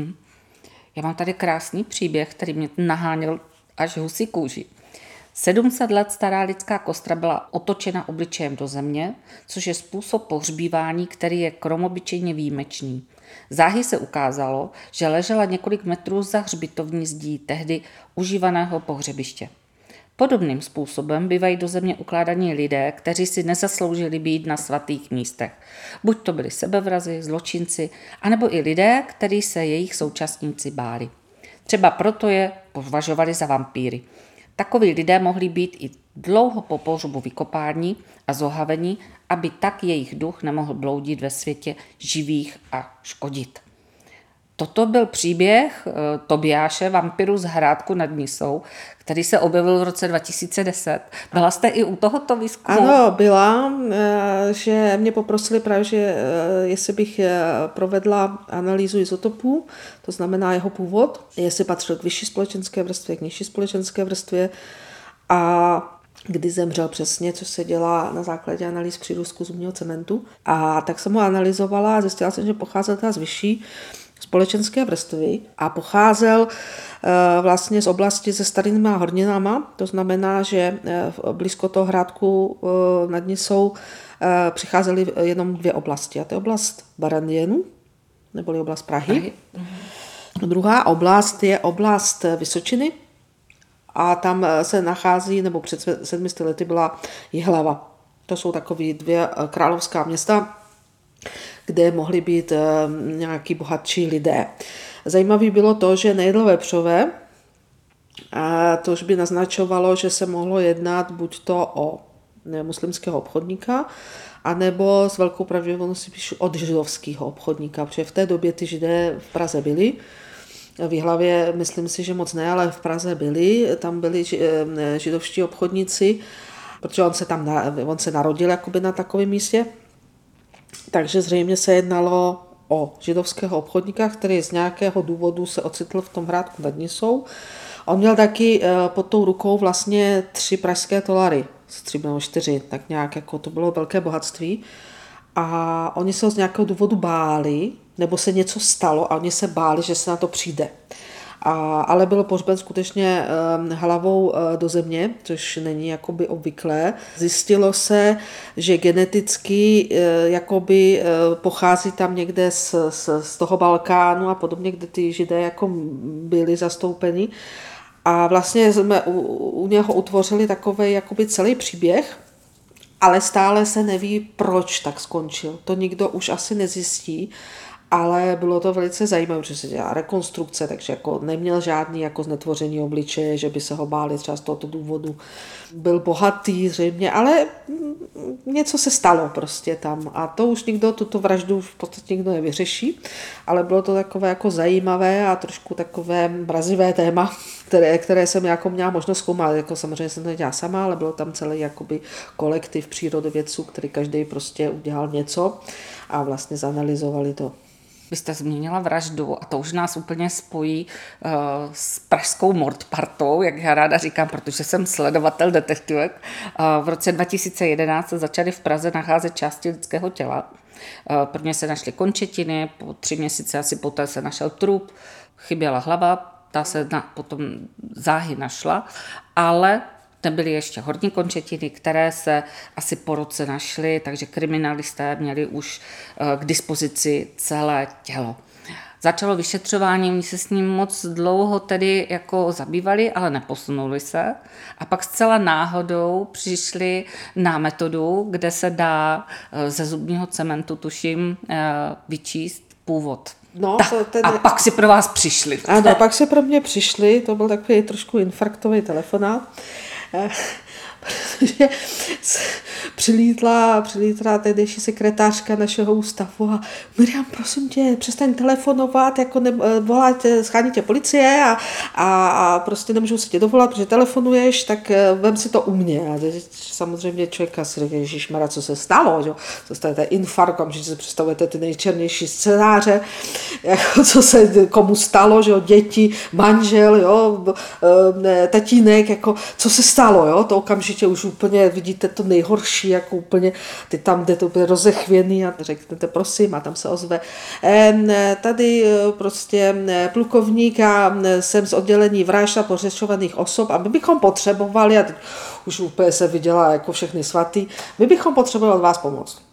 Speaker 1: Já mám tady krásný příběh, který mě naháněl až husí kůži. 700 let stará lidská kostra byla otočena obličejem do země, což je způsob pohřbívání, který je krom obyčejně výjimečný. Záhy se ukázalo, že ležela několik metrů za hřbitovní zdí tehdy užívaného pohřebiště. Podobným způsobem bývají do země ukládaní lidé, kteří si nezasloužili být na svatých místech. Buď to byli sebevrazi, zločinci, anebo i lidé, kteří se jejich současníci báli. Třeba proto je považovali za vampíry. Takoví lidé mohli být i dlouho po pohřbu vykopáni a zohaveni, aby tak jejich duch nemohl bloudit ve světě živých a škodit. Toto byl příběh Tobiáše, vampiru z Hrádku nad Nisou, který se objevil v roce 2010. Byla jste i u tohoto výzkumu?
Speaker 2: Ano, byla, že mě poprosili právě, že jestli bych provedla analýzu izotopů, to znamená jeho původ, jestli patřil k vyšší společenské vrstvě, k nižší společenské vrstvě a kdy zemřel přesně, což se dělá na základě analýz přírůstku zubního cementu. A tak jsem ho analyzovala a zjistila jsem, že pocházel z vyšší společenské vrstvy a pocházel vlastně z oblasti se starými horninama, to znamená, že blízko toho Hrádku nad Nisou přicházely jenom dvě oblasti. A to je oblast Barandienu, neboli oblast Prahy. Druhá oblast je oblast Vysočiny a tam se nachází, nebo před 700 lety byla Jihlava. To jsou takové dvě královská města, kde mohli být nějaký bohatší lidé. Zajímavé bylo to, že nejedl vepřové A to už by naznačovalo, že se mohlo jednat buď to o muslimského obchodníka, anebo s velkou pravděpodobností píšu od židovského obchodníka, protože v té době ty židé v Praze byli. V Jihlavě myslím si, že moc ne, ale v Praze byli. Tam byli židovští obchodníci, protože on se narodil jakoby na takovém místě. Takže zřejmě se jednalo o židovského obchodníka, který z nějakého důvodu se ocitl v tom Hrádku nad Nisou. On měl taky pod tou rukou vlastně 3 pražské tolary, 3 nebo 4, tak nějak jako to bylo velké bohatství. A oni se ho z nějakého důvodu báli, nebo se něco stalo a oni se báli, že se na to přijde. Ale bylo pohřben skutečně hlavou do země, což není jakoby obvyklé. Zjistilo se, že geneticky jakoby pochází tam někde z toho Balkánu a podobně, kde ty židé jako byli zastoupeni. A vlastně jsme u něho utvořili takový jakoby celý příběh, ale stále se neví, proč tak skončil. To nikdo už asi nezjistí, ale bylo to velice zajímavé, protože se dělá rekonstrukce, takže jako neměl žádný jako znetvoření obličeje, že by se ho báli třeba z tohoto důvodu. Byl bohatý zřejmě, ale něco se stalo prostě tam a to už nikdo, tuto vraždu v podstatě nikdo nevyřeší, ale bylo to takové jako zajímavé a trošku takové mrazivé téma, které jsem jako měla možnost zkoumat, jako samozřejmě jsem to nedělala sama, ale bylo tam celý jakoby kolektiv přírodovědců, který každý prostě udělal něco a vlastně zanalyzovali to.
Speaker 1: Vy jste zmínila vraždu a to už nás úplně spojí s pražskou mordpartou, jak já ráda říkám, protože jsem sledovatel detektivek. V roce 2011 se začaly v Praze nacházet části lidského těla. Prvně se našly končetiny, po 3 měsíce asi poté se našel trup, chyběla hlava, ta se potom záhy našla, ale nebyly ještě horní končetiny, které se asi po roce našly, takže kriminalisté měli už k dispozici celé tělo. Začalo vyšetřování, oni se s ním moc dlouho tedy jako zabývali, ale neposunuli se. A pak zcela náhodou přišli na metodu, kde se dá ze zubního cementu, tuším, vyčíst původ.
Speaker 2: No,
Speaker 1: a pak si pro vás přišli.
Speaker 2: Ano, pak se pro mě přišli, to byl takový trošku infarktový telefonát. Protože přilítla tehdejší sekretářka našeho ústavu a Miriam, prosím tě, přestaň telefonovat, jako volat, schání tě policie a prostě nemůžu se tě dovolat, protože telefonuješ, tak vem si to u mě. A samozřejmě člověka si řekne, ježišmarja, co se stalo, že? Co stalo, to je infarkt, že si představujete ty nejčernější scénáře, jako co se komu stalo, že jo? Děti, manžel, jo? Tatínek, jako co se stalo, jo? To okamžitě už úplně vidíte to nejhorší, jako úplně ty tam, kde to bude rozechvěný a řeknete prosím a tam se ozve. Tady prostě plukovník a jsem z oddělení vražd a pořešovaných osob a my bychom potřebovali, a teď už úplně se viděla jako všechny svatý, my bychom potřebovali od vás pomoct.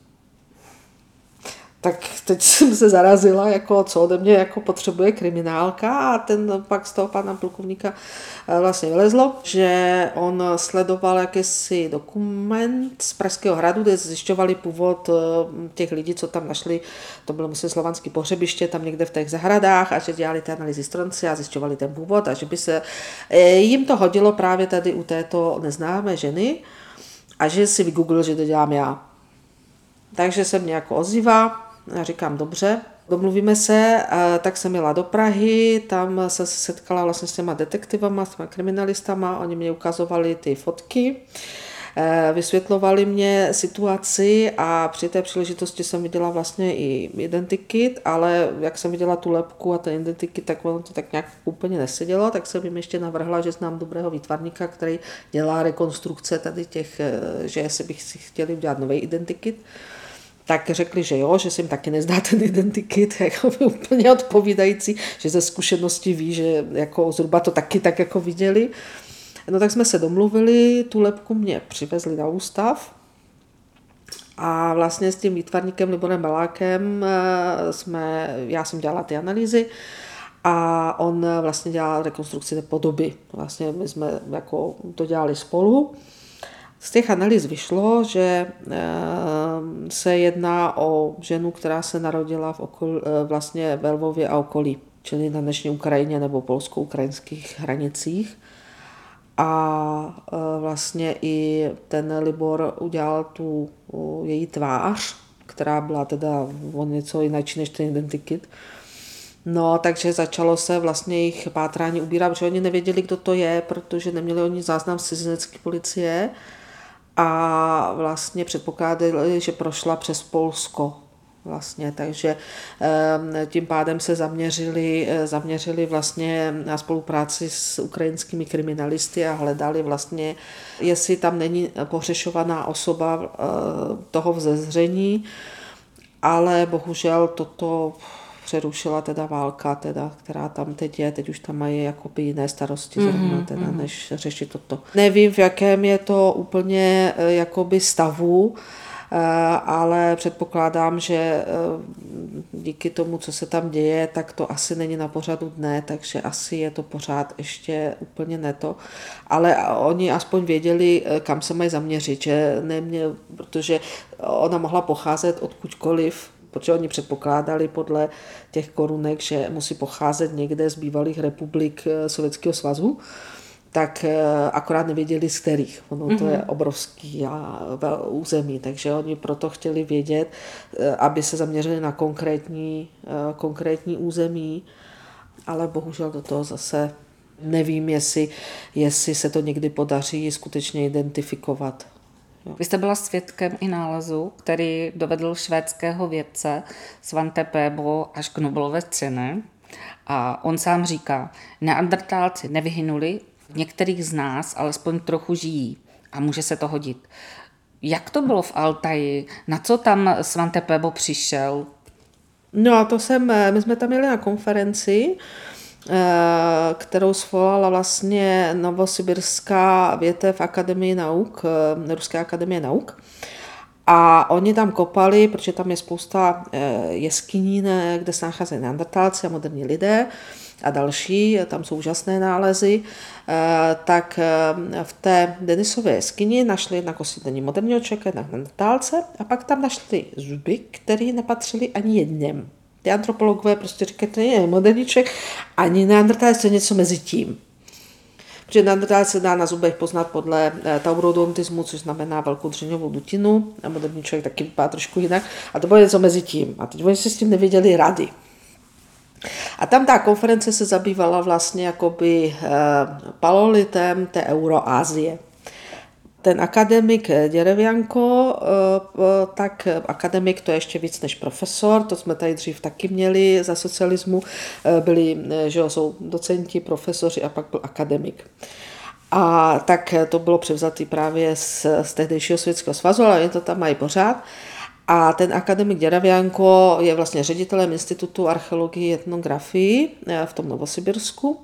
Speaker 2: Tak teď jsem se zarazila, jako co ode mě jako potřebuje kriminálka a ten pak z toho pana plukovníka vlastně vylezlo, že on sledoval jakýsi dokument z Pražského hradu, kde zjišťovali původ těch lidí, co tam našli, to bylo myslím slovanský pohřebiště, tam někde v těch zahradách a že dělali ty analýzy stronci a zjišťovali ten původ a že by se jim to hodilo právě tady u této neznámé ženy a že si vygooglil, že to dělám já. Takže se mě jako ozývá, já říkám dobře, domluvíme se, tak jsem jela do Prahy, tam jsem se setkala vlastně s těma detektivama, s těma kriminalistama, oni mě ukazovali ty fotky, vysvětlovali mě situaci a při té příležitosti jsem viděla vlastně i identikit, ale jak jsem viděla tu lebku a ten identikit, tak ono to tak nějak úplně nesedělo, tak jsem jim ještě navrhla, že znám dobrého výtvarníka, který dělá rekonstrukce tady těch, že jestli bych si chtěli udělat nový identikit. Tak řekli, že jo, že se jim taky nezdá ten identikit, jako úplně odpovídající, že ze zkušenosti ví, že jako zhruba to taky tak jako viděli. No tak jsme se domluvili, tu lebku mě přivezli na ústav a vlastně s tím výtvarníkem Liborem Belákem já jsem dělala ty analýzy a on vlastně dělal rekonstrukci té podoby. Vlastně my jsme jako to dělali spolu. Z těch analýz vyšlo, že se jedná o ženu, která se narodila vlastně ve Lvově a okolí, čili na dnešní Ukrajině nebo polsko-ukrajinských hranicích. a vlastně i ten Libor udělal tu její tvář, která byla teda o něco jináčí než ten identikit. No, takže začalo se vlastně jejich pátrání ubírat, protože oni nevěděli, kdo to je, protože neměli oni záznam z cizinecké policie a vlastně předpokládali, že prošla přes Polsko. Vlastně, takže tím pádem se zaměřili vlastně na spolupráci s ukrajinskými kriminalisty a hledali vlastně, jestli tam není pohřešovaná osoba toho vzezření, ale bohužel toto přerušila teda válka, teda, která tam teď je, teď už tam mají jakoby jiné starosti zrovna, teda, než řešit toto. Nevím, v jakém je to úplně jakoby stavu, ale předpokládám, že díky tomu, co se tam děje, tak to asi není na pořadu dne, takže asi je to pořád ještě úplně ne to. Ale oni aspoň věděli, kam se mají zaměřit, že neměl, protože ona mohla pocházet odkudkoliv, protože oni předpokládali podle těch korunek, že musí pocházet někde z bývalých republik Sovětského svazu, tak akorát nevěděli, z kterých. Ono to je obrovský území, takže oni proto chtěli vědět, aby se zaměřili na konkrétní území, ale bohužel do toho zase nevím, jestli se to někdy podaří skutečně identifikovat.
Speaker 1: Vy jste byla svědkem i nálezu, který dovedl švédského vědce Svante Pääbo až k Nobelové ceně. A on sám říká, neandertálci nevyhynuli, v některých z nás alespoň trochu žijí a může se to hodit. Jak to bylo v Altaji? Na co tam Svante Pääbo přišel?
Speaker 2: No a my jsme tam jeli na konferenci, kterou svolala vlastně Novosibirská větev Akademie nauk, Ruské akademie nauk. A oni tam kopali, protože tam je spousta jeskyní, kde se nacházejí neandertálci a moderní lidé a další, tam jsou úžasné nálezy, tak v té Denisové jeskyni našli jednak osídlení moderního člověka, jednak neandertálce a pak tam našli zuby, které nepatřily ani jedním. Ty antropologové prostě říkají, to je moderní člověk, ani neandertálec, to je něco mezi tím. Protože neandertálec se dá na zubech poznat podle taurodontismu, což znamená velkou dřeňovou dutinu, a moderní člověk taky vypadá trošku jinak. A to bylo něco mezi tím. A teď oni si s tím nevěděli rady. A tam ta konference se zabývala vlastně jakoby paleolitem té Euroázie. Ten akademik Děrevjanko, tak akademik to je ještě víc než profesor, to jsme tady dřív taky měli za socialismu, byli, že jsou docenti, profesoři a pak byl akademik. A tak to bylo převzatý právě z tehdejšího Sovětského svazu, ale oni to tam mají pořád. A ten akademik Děrevjanko je vlastně ředitelem Institutu archeologie a etnografii v tom Novosibirsku.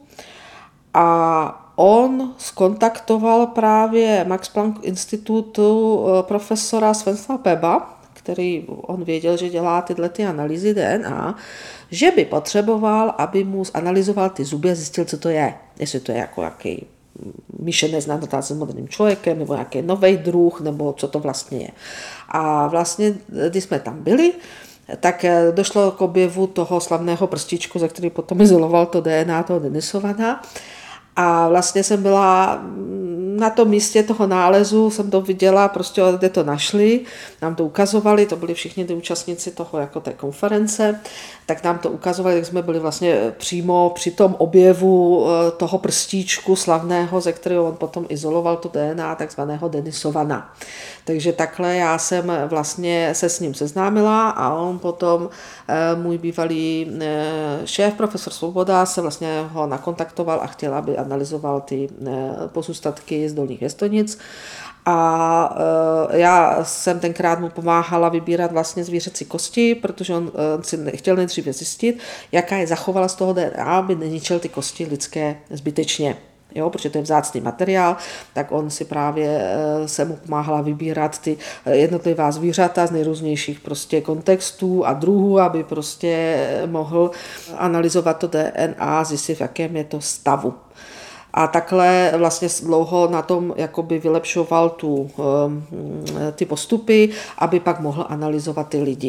Speaker 2: A on skontaktoval právě Max Planck institutu profesora Svenslava Pääba, který on věděl, že dělá tyhle analýzy DNA, že by potřeboval, aby mu analyzoval ty zuby a zjistil, co to je. Jestli to je jako jaký myšlenec s moderním člověkem, nebo nějaký nový druh, nebo co to vlastně je. A vlastně, když jsme tam byli, tak došlo k objevu toho slavného prstičku, za který potom izoloval to DNA toho Denisovana. A vlastně jsem byla na tom místě toho nálezu, jsem to viděla, prostě kde to našli, nám to ukazovali, to byli všichni ty účastníci toho jako té konference, tak nám to ukazovali, jak jsme byli vlastně přímo při tom objevu toho prstíčku slavného, ze kterého on potom izoloval to DNA, takzvaného Denisovana. Takže takhle já jsem vlastně se s ním seznámila a on potom, můj bývalý šéf, profesor Svoboda, se vlastně ho nakontaktoval a chtěl, aby analyzoval ty pozůstatky z Dolních Věstonic. A já jsem tenkrát mu pomáhala vybírat vlastně zvířecí kosti, protože on si chtěl nejdříve zjistit, jaká je zachovala z toho DNA, aby neničil ty kosti lidské zbytečně. Jo, protože to je vzácný materiál, tak on si právě se mu pomáhala vybírat ty jednotlivá zvířata z nejrůznějších prostě kontextů a druhů, aby prostě mohl analyzovat to DNA, zjistit, v jakém je to stavu. A takhle vlastně dlouho na tom jakoby vylepšoval ty postupy, aby pak mohl analyzovat ty lidi.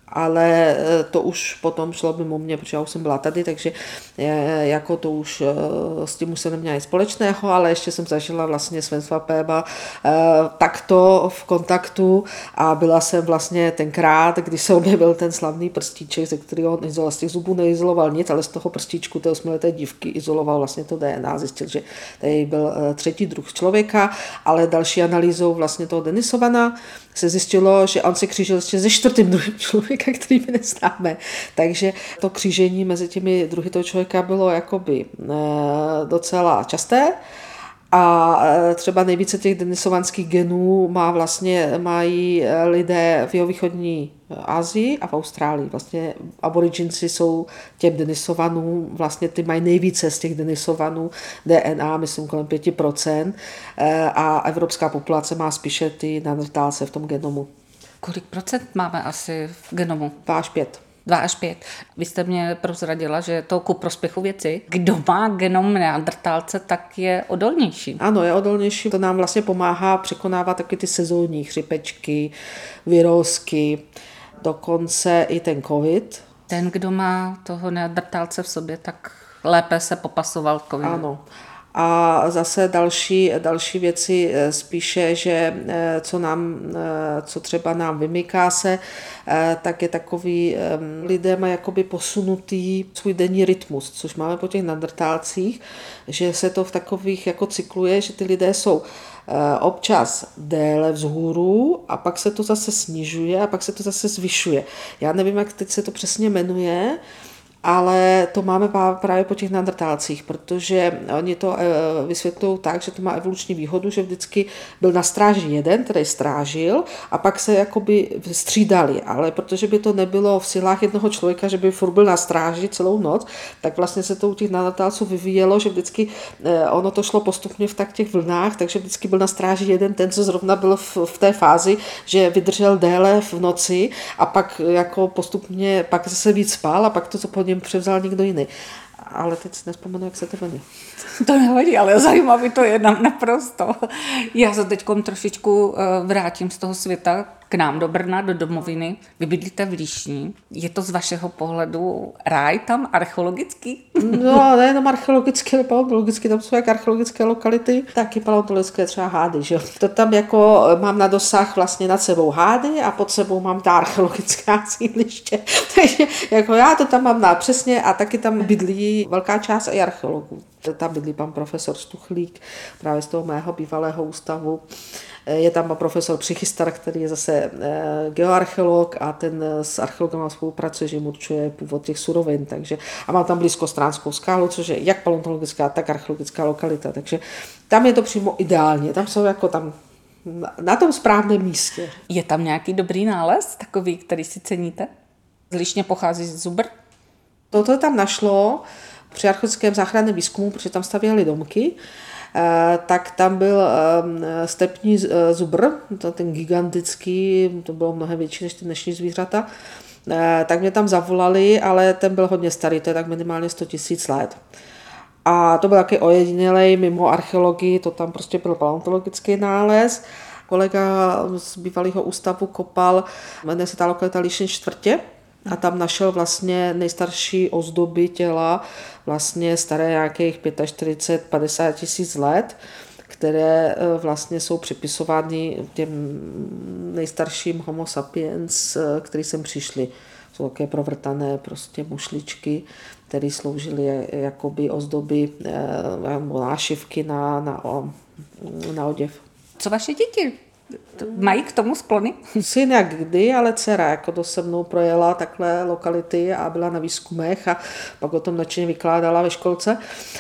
Speaker 2: ale to už potom šlo mimo mě, protože já už jsem byla tady, takže jako to už s tím už jsem neměla nic společného, ale ještě jsem zažila vlastně s Svensvapem takto v kontaktu a byla jsem vlastně tenkrát, když se objevil ten slavný prstíček, ze kterého z těch zubů neizoloval nic, ale z toho prstíčku té 8leté dívky izoloval vlastně to DNA, zjistil, že tady byl třetí druh člověka, ale další analýzou vlastně toho Denisovana se zjistilo, že on se křížil ještě se čtvrtým druhem člověka, který my neznáme. Takže to křížení mezi těmi druhy toho člověka bylo jakoby docela časté. A třeba nejvíce těch denisovanských genů mají lidé v jihovýchodní Asii a v Austrálii. Vlastně aboriginci jsou těm denisovanům, vlastně ty mají nejvíce z těch denisovanů DNA, myslím kolem 5%, a evropská populace má spíše ty neandertálce v tom genomu.
Speaker 1: Kolik procent máme asi v genomu?
Speaker 2: 2 až 5.
Speaker 1: 2 až 5. Vy jste mě prozradila, že je to ku prospěchu věci. Kdo má genom neandertálce, tak je odolnější.
Speaker 2: Ano, je odolnější. To nám vlastně pomáhá překonávat taky ty sezónní chřipečky, virusky, dokonce i ten covid.
Speaker 1: Ten, kdo má toho neandertálce v sobě, tak lépe se popasoval k covidu.
Speaker 2: Ano. A zase další věci spíše, že co třeba nám vymyká se, tak je takový, lidé mají jakoby posunutý svůj denní rytmus, což máme po těch neandertálcích, že se to v takových jako cykluje, že ty lidé jsou občas déle vzhůru a pak se to zase snižuje a pak se to zase zvyšuje. Já nevím, jak teď se to přesně jmenuje, ale to máme právě po těch neandertálcích, protože oni to vysvětlují tak, že to má evoluční výhodu, že vždycky byl na stráži jeden, který strážil a pak se jakoby střídali, ale protože by to nebylo v silách jednoho člověka, že by furt byl na stráži celou noc, tak vlastně se to u těch neandertálců vyvíjelo, že vždycky ono to šlo postupně v těch vlnách, takže vždycky byl na stráži jeden, ten, co zrovna byl v té fázi, že vydržel déle v noci a pak jako postupně, pak zase víc spal a pak to, co po něm převzal někdo jiný. Ale teď si nespomenu, jak se to jmenuje.
Speaker 1: To nevadí, ale zajímavý to je naprosto. Já se teď trošičku vrátím z toho světa k nám do Brna, do domoviny. Vy bydlíte v Líšni. Je to z vašeho pohledu ráj tam archeologický?
Speaker 2: No, nejenom archeologické, ale paleontologické, tam jsou jak archeologické lokality, tak i paleontologické třeba hády. Že? To tam jako mám na dosah vlastně nad sebou hády a pod sebou mám ta archeologická sídliště. Takže jako já to tam mám přesně a taky tam bydlí velká část i archeologů. Tam bydlí pan profesor Stuchlík, právě z toho mého bývalého ústavu. Je tam profesor Přichystar, který je zase geoarcheolog a ten s archeologem spolupracuje, že jim určuje původ těch surovin. Takže, a mám tam blízko Stránskou skálu, což je jak paleontologická, tak archeologická lokalita. Takže tam je to přímo ideálně. Tam jsou jako tam na tom správném místě.
Speaker 1: Je tam nějaký dobrý nález, takový, který si ceníte? Z Líšně pochází z Zubr?
Speaker 2: Toto tam našlo při archeologickém záchranném výzkumu, protože tam stavěli domky, tak tam byl stepní zubr, ten gigantický, to bylo mnohem větší než ty dnešní zvířata, tak mě tam zavolali, ale ten byl hodně starý, to je tak minimálně 100 000 let. A to byl taky ojedinělej mimo archeologii, to tam prostě byl paleontologický nález. Kolega z bývalého ústavu kopal, jmenuje se ta lokalita Líšeň čtvrtě, a tam našel vlastně nejstarší ozdoby těla, vlastně staré nějakých 45-50 tisíc let, které vlastně jsou připisovány těm nejstarším homo sapiens, který sem přišli. Jsou také provrtané prostě mušličky, které sloužily jakoby ozdoby, nášivky na oděv.
Speaker 1: Co vaše děti? Mají k tomu sklony?
Speaker 2: Syn jak kdy, ale dcera jako to se mnou projela takhle lokality a byla na výzkumech a pak o tom nadšeně vykládala ve školce.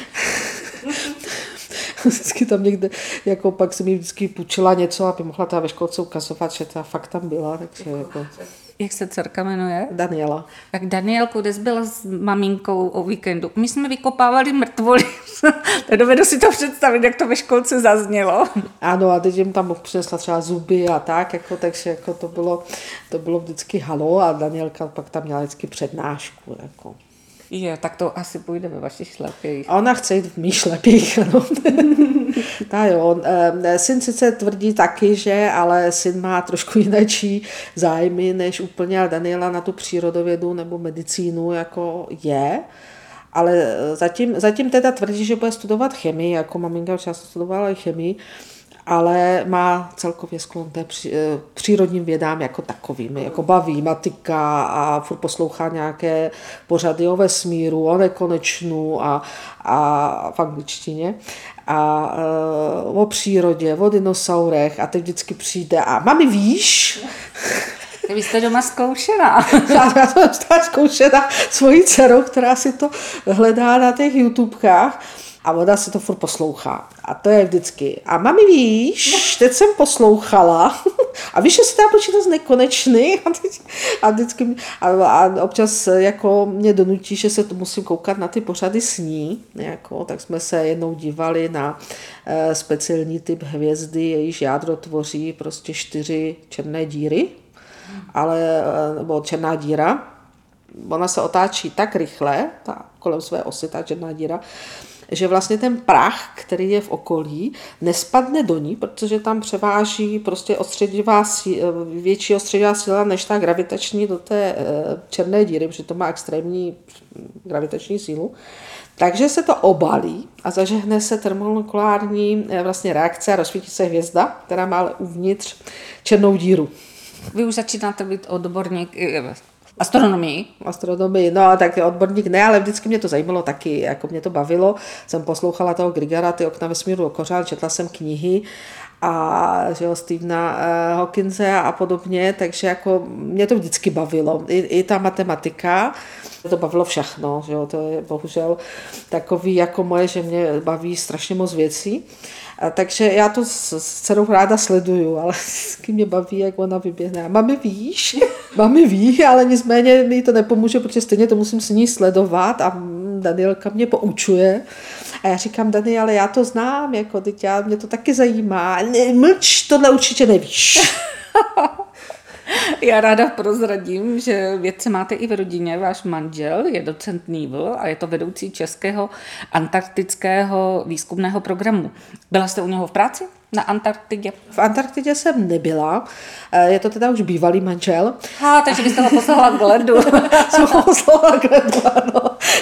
Speaker 2: Vždycky tam někde, jako pak si mi vždycky půjčila něco, aby mohla ta ve školce ukazovat, že ta fakt tam byla. Takže jako...
Speaker 1: Jak se dcerka jmenuje?
Speaker 2: Daniela.
Speaker 1: Tak Danielku, dnes byla s maminkou o víkendu. My jsme vykopávali mrtvoly. Dovedu si to představit, jak to ve školce zaznělo.
Speaker 2: Ano, a teď jim tam přinesla třeba zuby a tak, jako, takže jako to bylo vždycky halo a Danielka pak tam měla vždycky přednášku. Jako.
Speaker 1: Je, tak to asi půjde ve vašich šlepích.
Speaker 2: Ona chce jít v mých šlepích, ano. Syn sice tvrdí taky, že, ale syn má trošku jináčí zájmy než úplně Daniela na tu přírodovědu nebo medicínu, jako je. Ale zatím teda tvrdí, že bude studovat chemii, jako maminka často studovala i chemii, ale má celkově sklon té přírodním vědám jako takovým, jako baví matika a furt poslouchá nějaké pořady o vesmíru, o nekonečnu a v angličtině a o přírodě, o dinosaurech a teď vždycky přijde a mami víš?
Speaker 1: Vy jste doma zkoušená.
Speaker 2: Já to dostala zkoušená svojí dcerou, která si to hledá na těch YouTubekách a ona si to furt poslouchá. A to je vždycky. A mami víš, teď jsem poslouchala a víš, že se dá počítat z nekonečný a občas jako mě donutí, že se to musím koukat na ty pořady s ní. Jako, tak jsme se jednou dívali na speciální typ hvězdy, jejíž jádro tvoří prostě 4 černé díry. Nebo černá díra, ona se otáčí tak rychle, kolem své osy, ta černá díra, že vlastně ten prach, který je v okolí, nespadne do ní, protože tam převáží prostě větší odstředivá síla než ta gravitační do té černé díry, protože to má extrémní gravitační sílu. Takže se to obalí a zažehne se termomolekulární vlastně reakce a rozsvítí se hvězda, která má ale uvnitř černou díru.
Speaker 1: Vy už začínáte být odborník astronomii.
Speaker 2: No tak odborník ne, ale vždycky mě to zajímalo taky, jako mě to bavilo. Jsem poslouchala toho Grigara, ty Okna vesmíru okořál, četla jsem knihy a Stephena Hawkinse a podobně, takže jako mě to vždycky bavilo. I ta matematika, to bavilo všechno, že jo? To je bohužel takový jako moje, že mě baví strašně moc věcí. Takže já to s dcerou ráda sleduju, ale vždycky mě baví, jak ona vyběhne. Mami víš? Mami ví, ale nicméně mi to nepomůže, protože stejně to musím s ní sledovat a Danielka mě poučuje. A já říkám, Daniele, já to znám, jako mě to taky zajímá. Mlč, tohle určitě nevíš.
Speaker 1: Já ráda prozradím, že vědce máte i v rodině. Váš manžel je docent Nývl a je to vedoucí českého antarktického výzkumného programu. Byla jste u něho v práci na Antarktidě?
Speaker 2: V Antarktidě jsem nebyla, je to teda už bývalý manžel.
Speaker 1: Takže byste ho poslala k ledu.
Speaker 2: Jsem ho poslala k ledu, ano.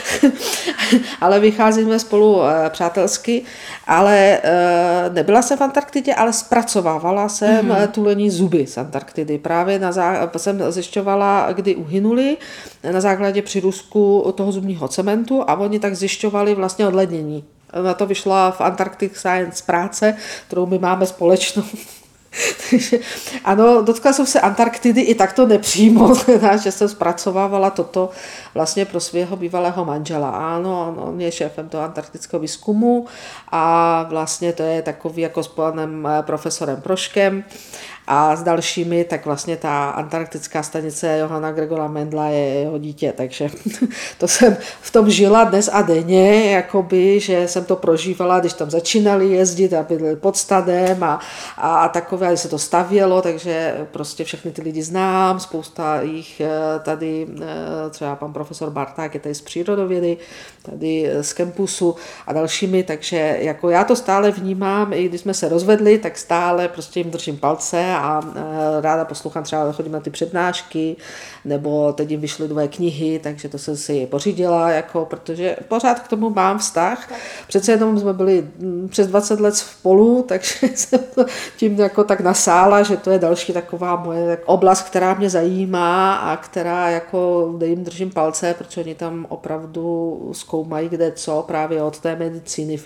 Speaker 2: Ale vycházíme spolu přátelsky, ale nebyla jsem v Antarktidě, ale zpracovávala jsem tulení zuby z Antarktidy. Právě jsem zjišťovala, kdy uhynuli na základě přírůstku toho zubního cementu a oni tak zjišťovali vlastně odlednění. Na to vyšla v Antarctic Science práce, kterou my máme společnou. Takže ano, dotkla jsem se Antarktidy i takto nepřímo, že jsem zpracovávala toto vlastně pro svého bývalého manžela. Ano, on je šéfem toho antarktického výzkumu a vlastně to je takový jako s panem profesorem Proškem a s dalšími, tak vlastně ta antarktická stanice Johanna Gregora Mendla je jeho dítě, takže to jsem v tom žila dnes a denně, jakoby, že jsem to prožívala, když tam začínali jezdit a bydleli pod stadem a takové, a se to stavělo, takže prostě všechny ty lidi znám, spousta jich tady, třeba pan profesor Barták je tady z přírodovědy, tady z campusu a dalšími, takže jako já to stále vnímám, i když jsme se rozvedli, tak stále prostě jim držím palce a ráda poslouchám, třeba chodím na ty přednášky, nebo teď jim vyšly 2 knihy, takže to jsem si pořídila, jako, protože pořád k tomu mám vztah. Přece jenom jsme byli přes 20 let spolu, takže jsem tím jako tak nasála, že to je další taková moje oblast, která mě zajímá a která jako, kde jim držím palce, protože oni tam opravdu zkoumají kde co, právě od té medicíny,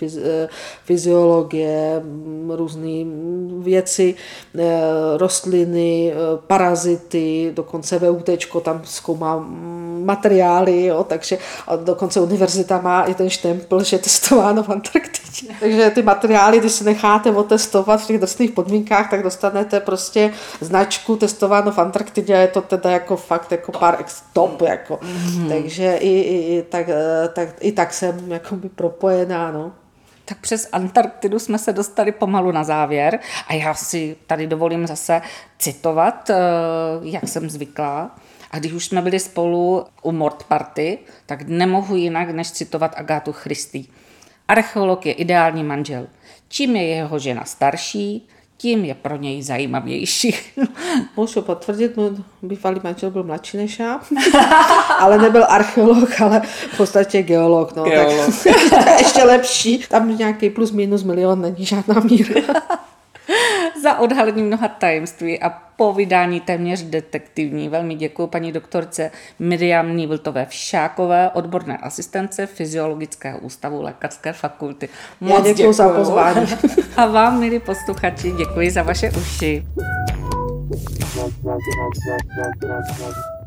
Speaker 2: fyziologie, různé věci, rostliny, parazity, dokonce VUTčko tam zkoumá materiály, jo, takže dokonce univerzita má i ten štempl, že je testováno v Antarktidě. Takže ty materiály, když si necháte otestovat v těch drsných podmínkách, tak dostanete prostě značku testováno v Antarktidě a je to teda jako fakt jako par ex top, jako. Takže i tak jsem jakoby propojená, no.
Speaker 1: Tak přes Antarktidu jsme se dostali pomalu na závěr a já si tady dovolím zase citovat, jak jsem zvyklá. A když už jsme byli spolu u Mort Party, tak nemohu jinak, než citovat Agátu Christie. Archeolog je ideální manžel. Čím je jeho žena starší, tím je pro něj zajímavější.
Speaker 2: Můžu potvrdit, můj bývalý manžel byl mladší než já, ale nebyl archeolog, ale v podstatě geolog. No,
Speaker 1: Geolog.
Speaker 2: Tak, to je ještě lepší. Tam nějaký plus minus milion není žádná míra.
Speaker 1: Za odhalení mnoha tajemství a po vydání téměř detektivní velmi děkuji paní doktorce Miriam Nývltové Všákové, odborné asistence Fyziologického ústavu Lékařské fakulty.
Speaker 2: Já děkuji za pozvání.
Speaker 1: A vám, milí posluchači, děkuji za vaše uši.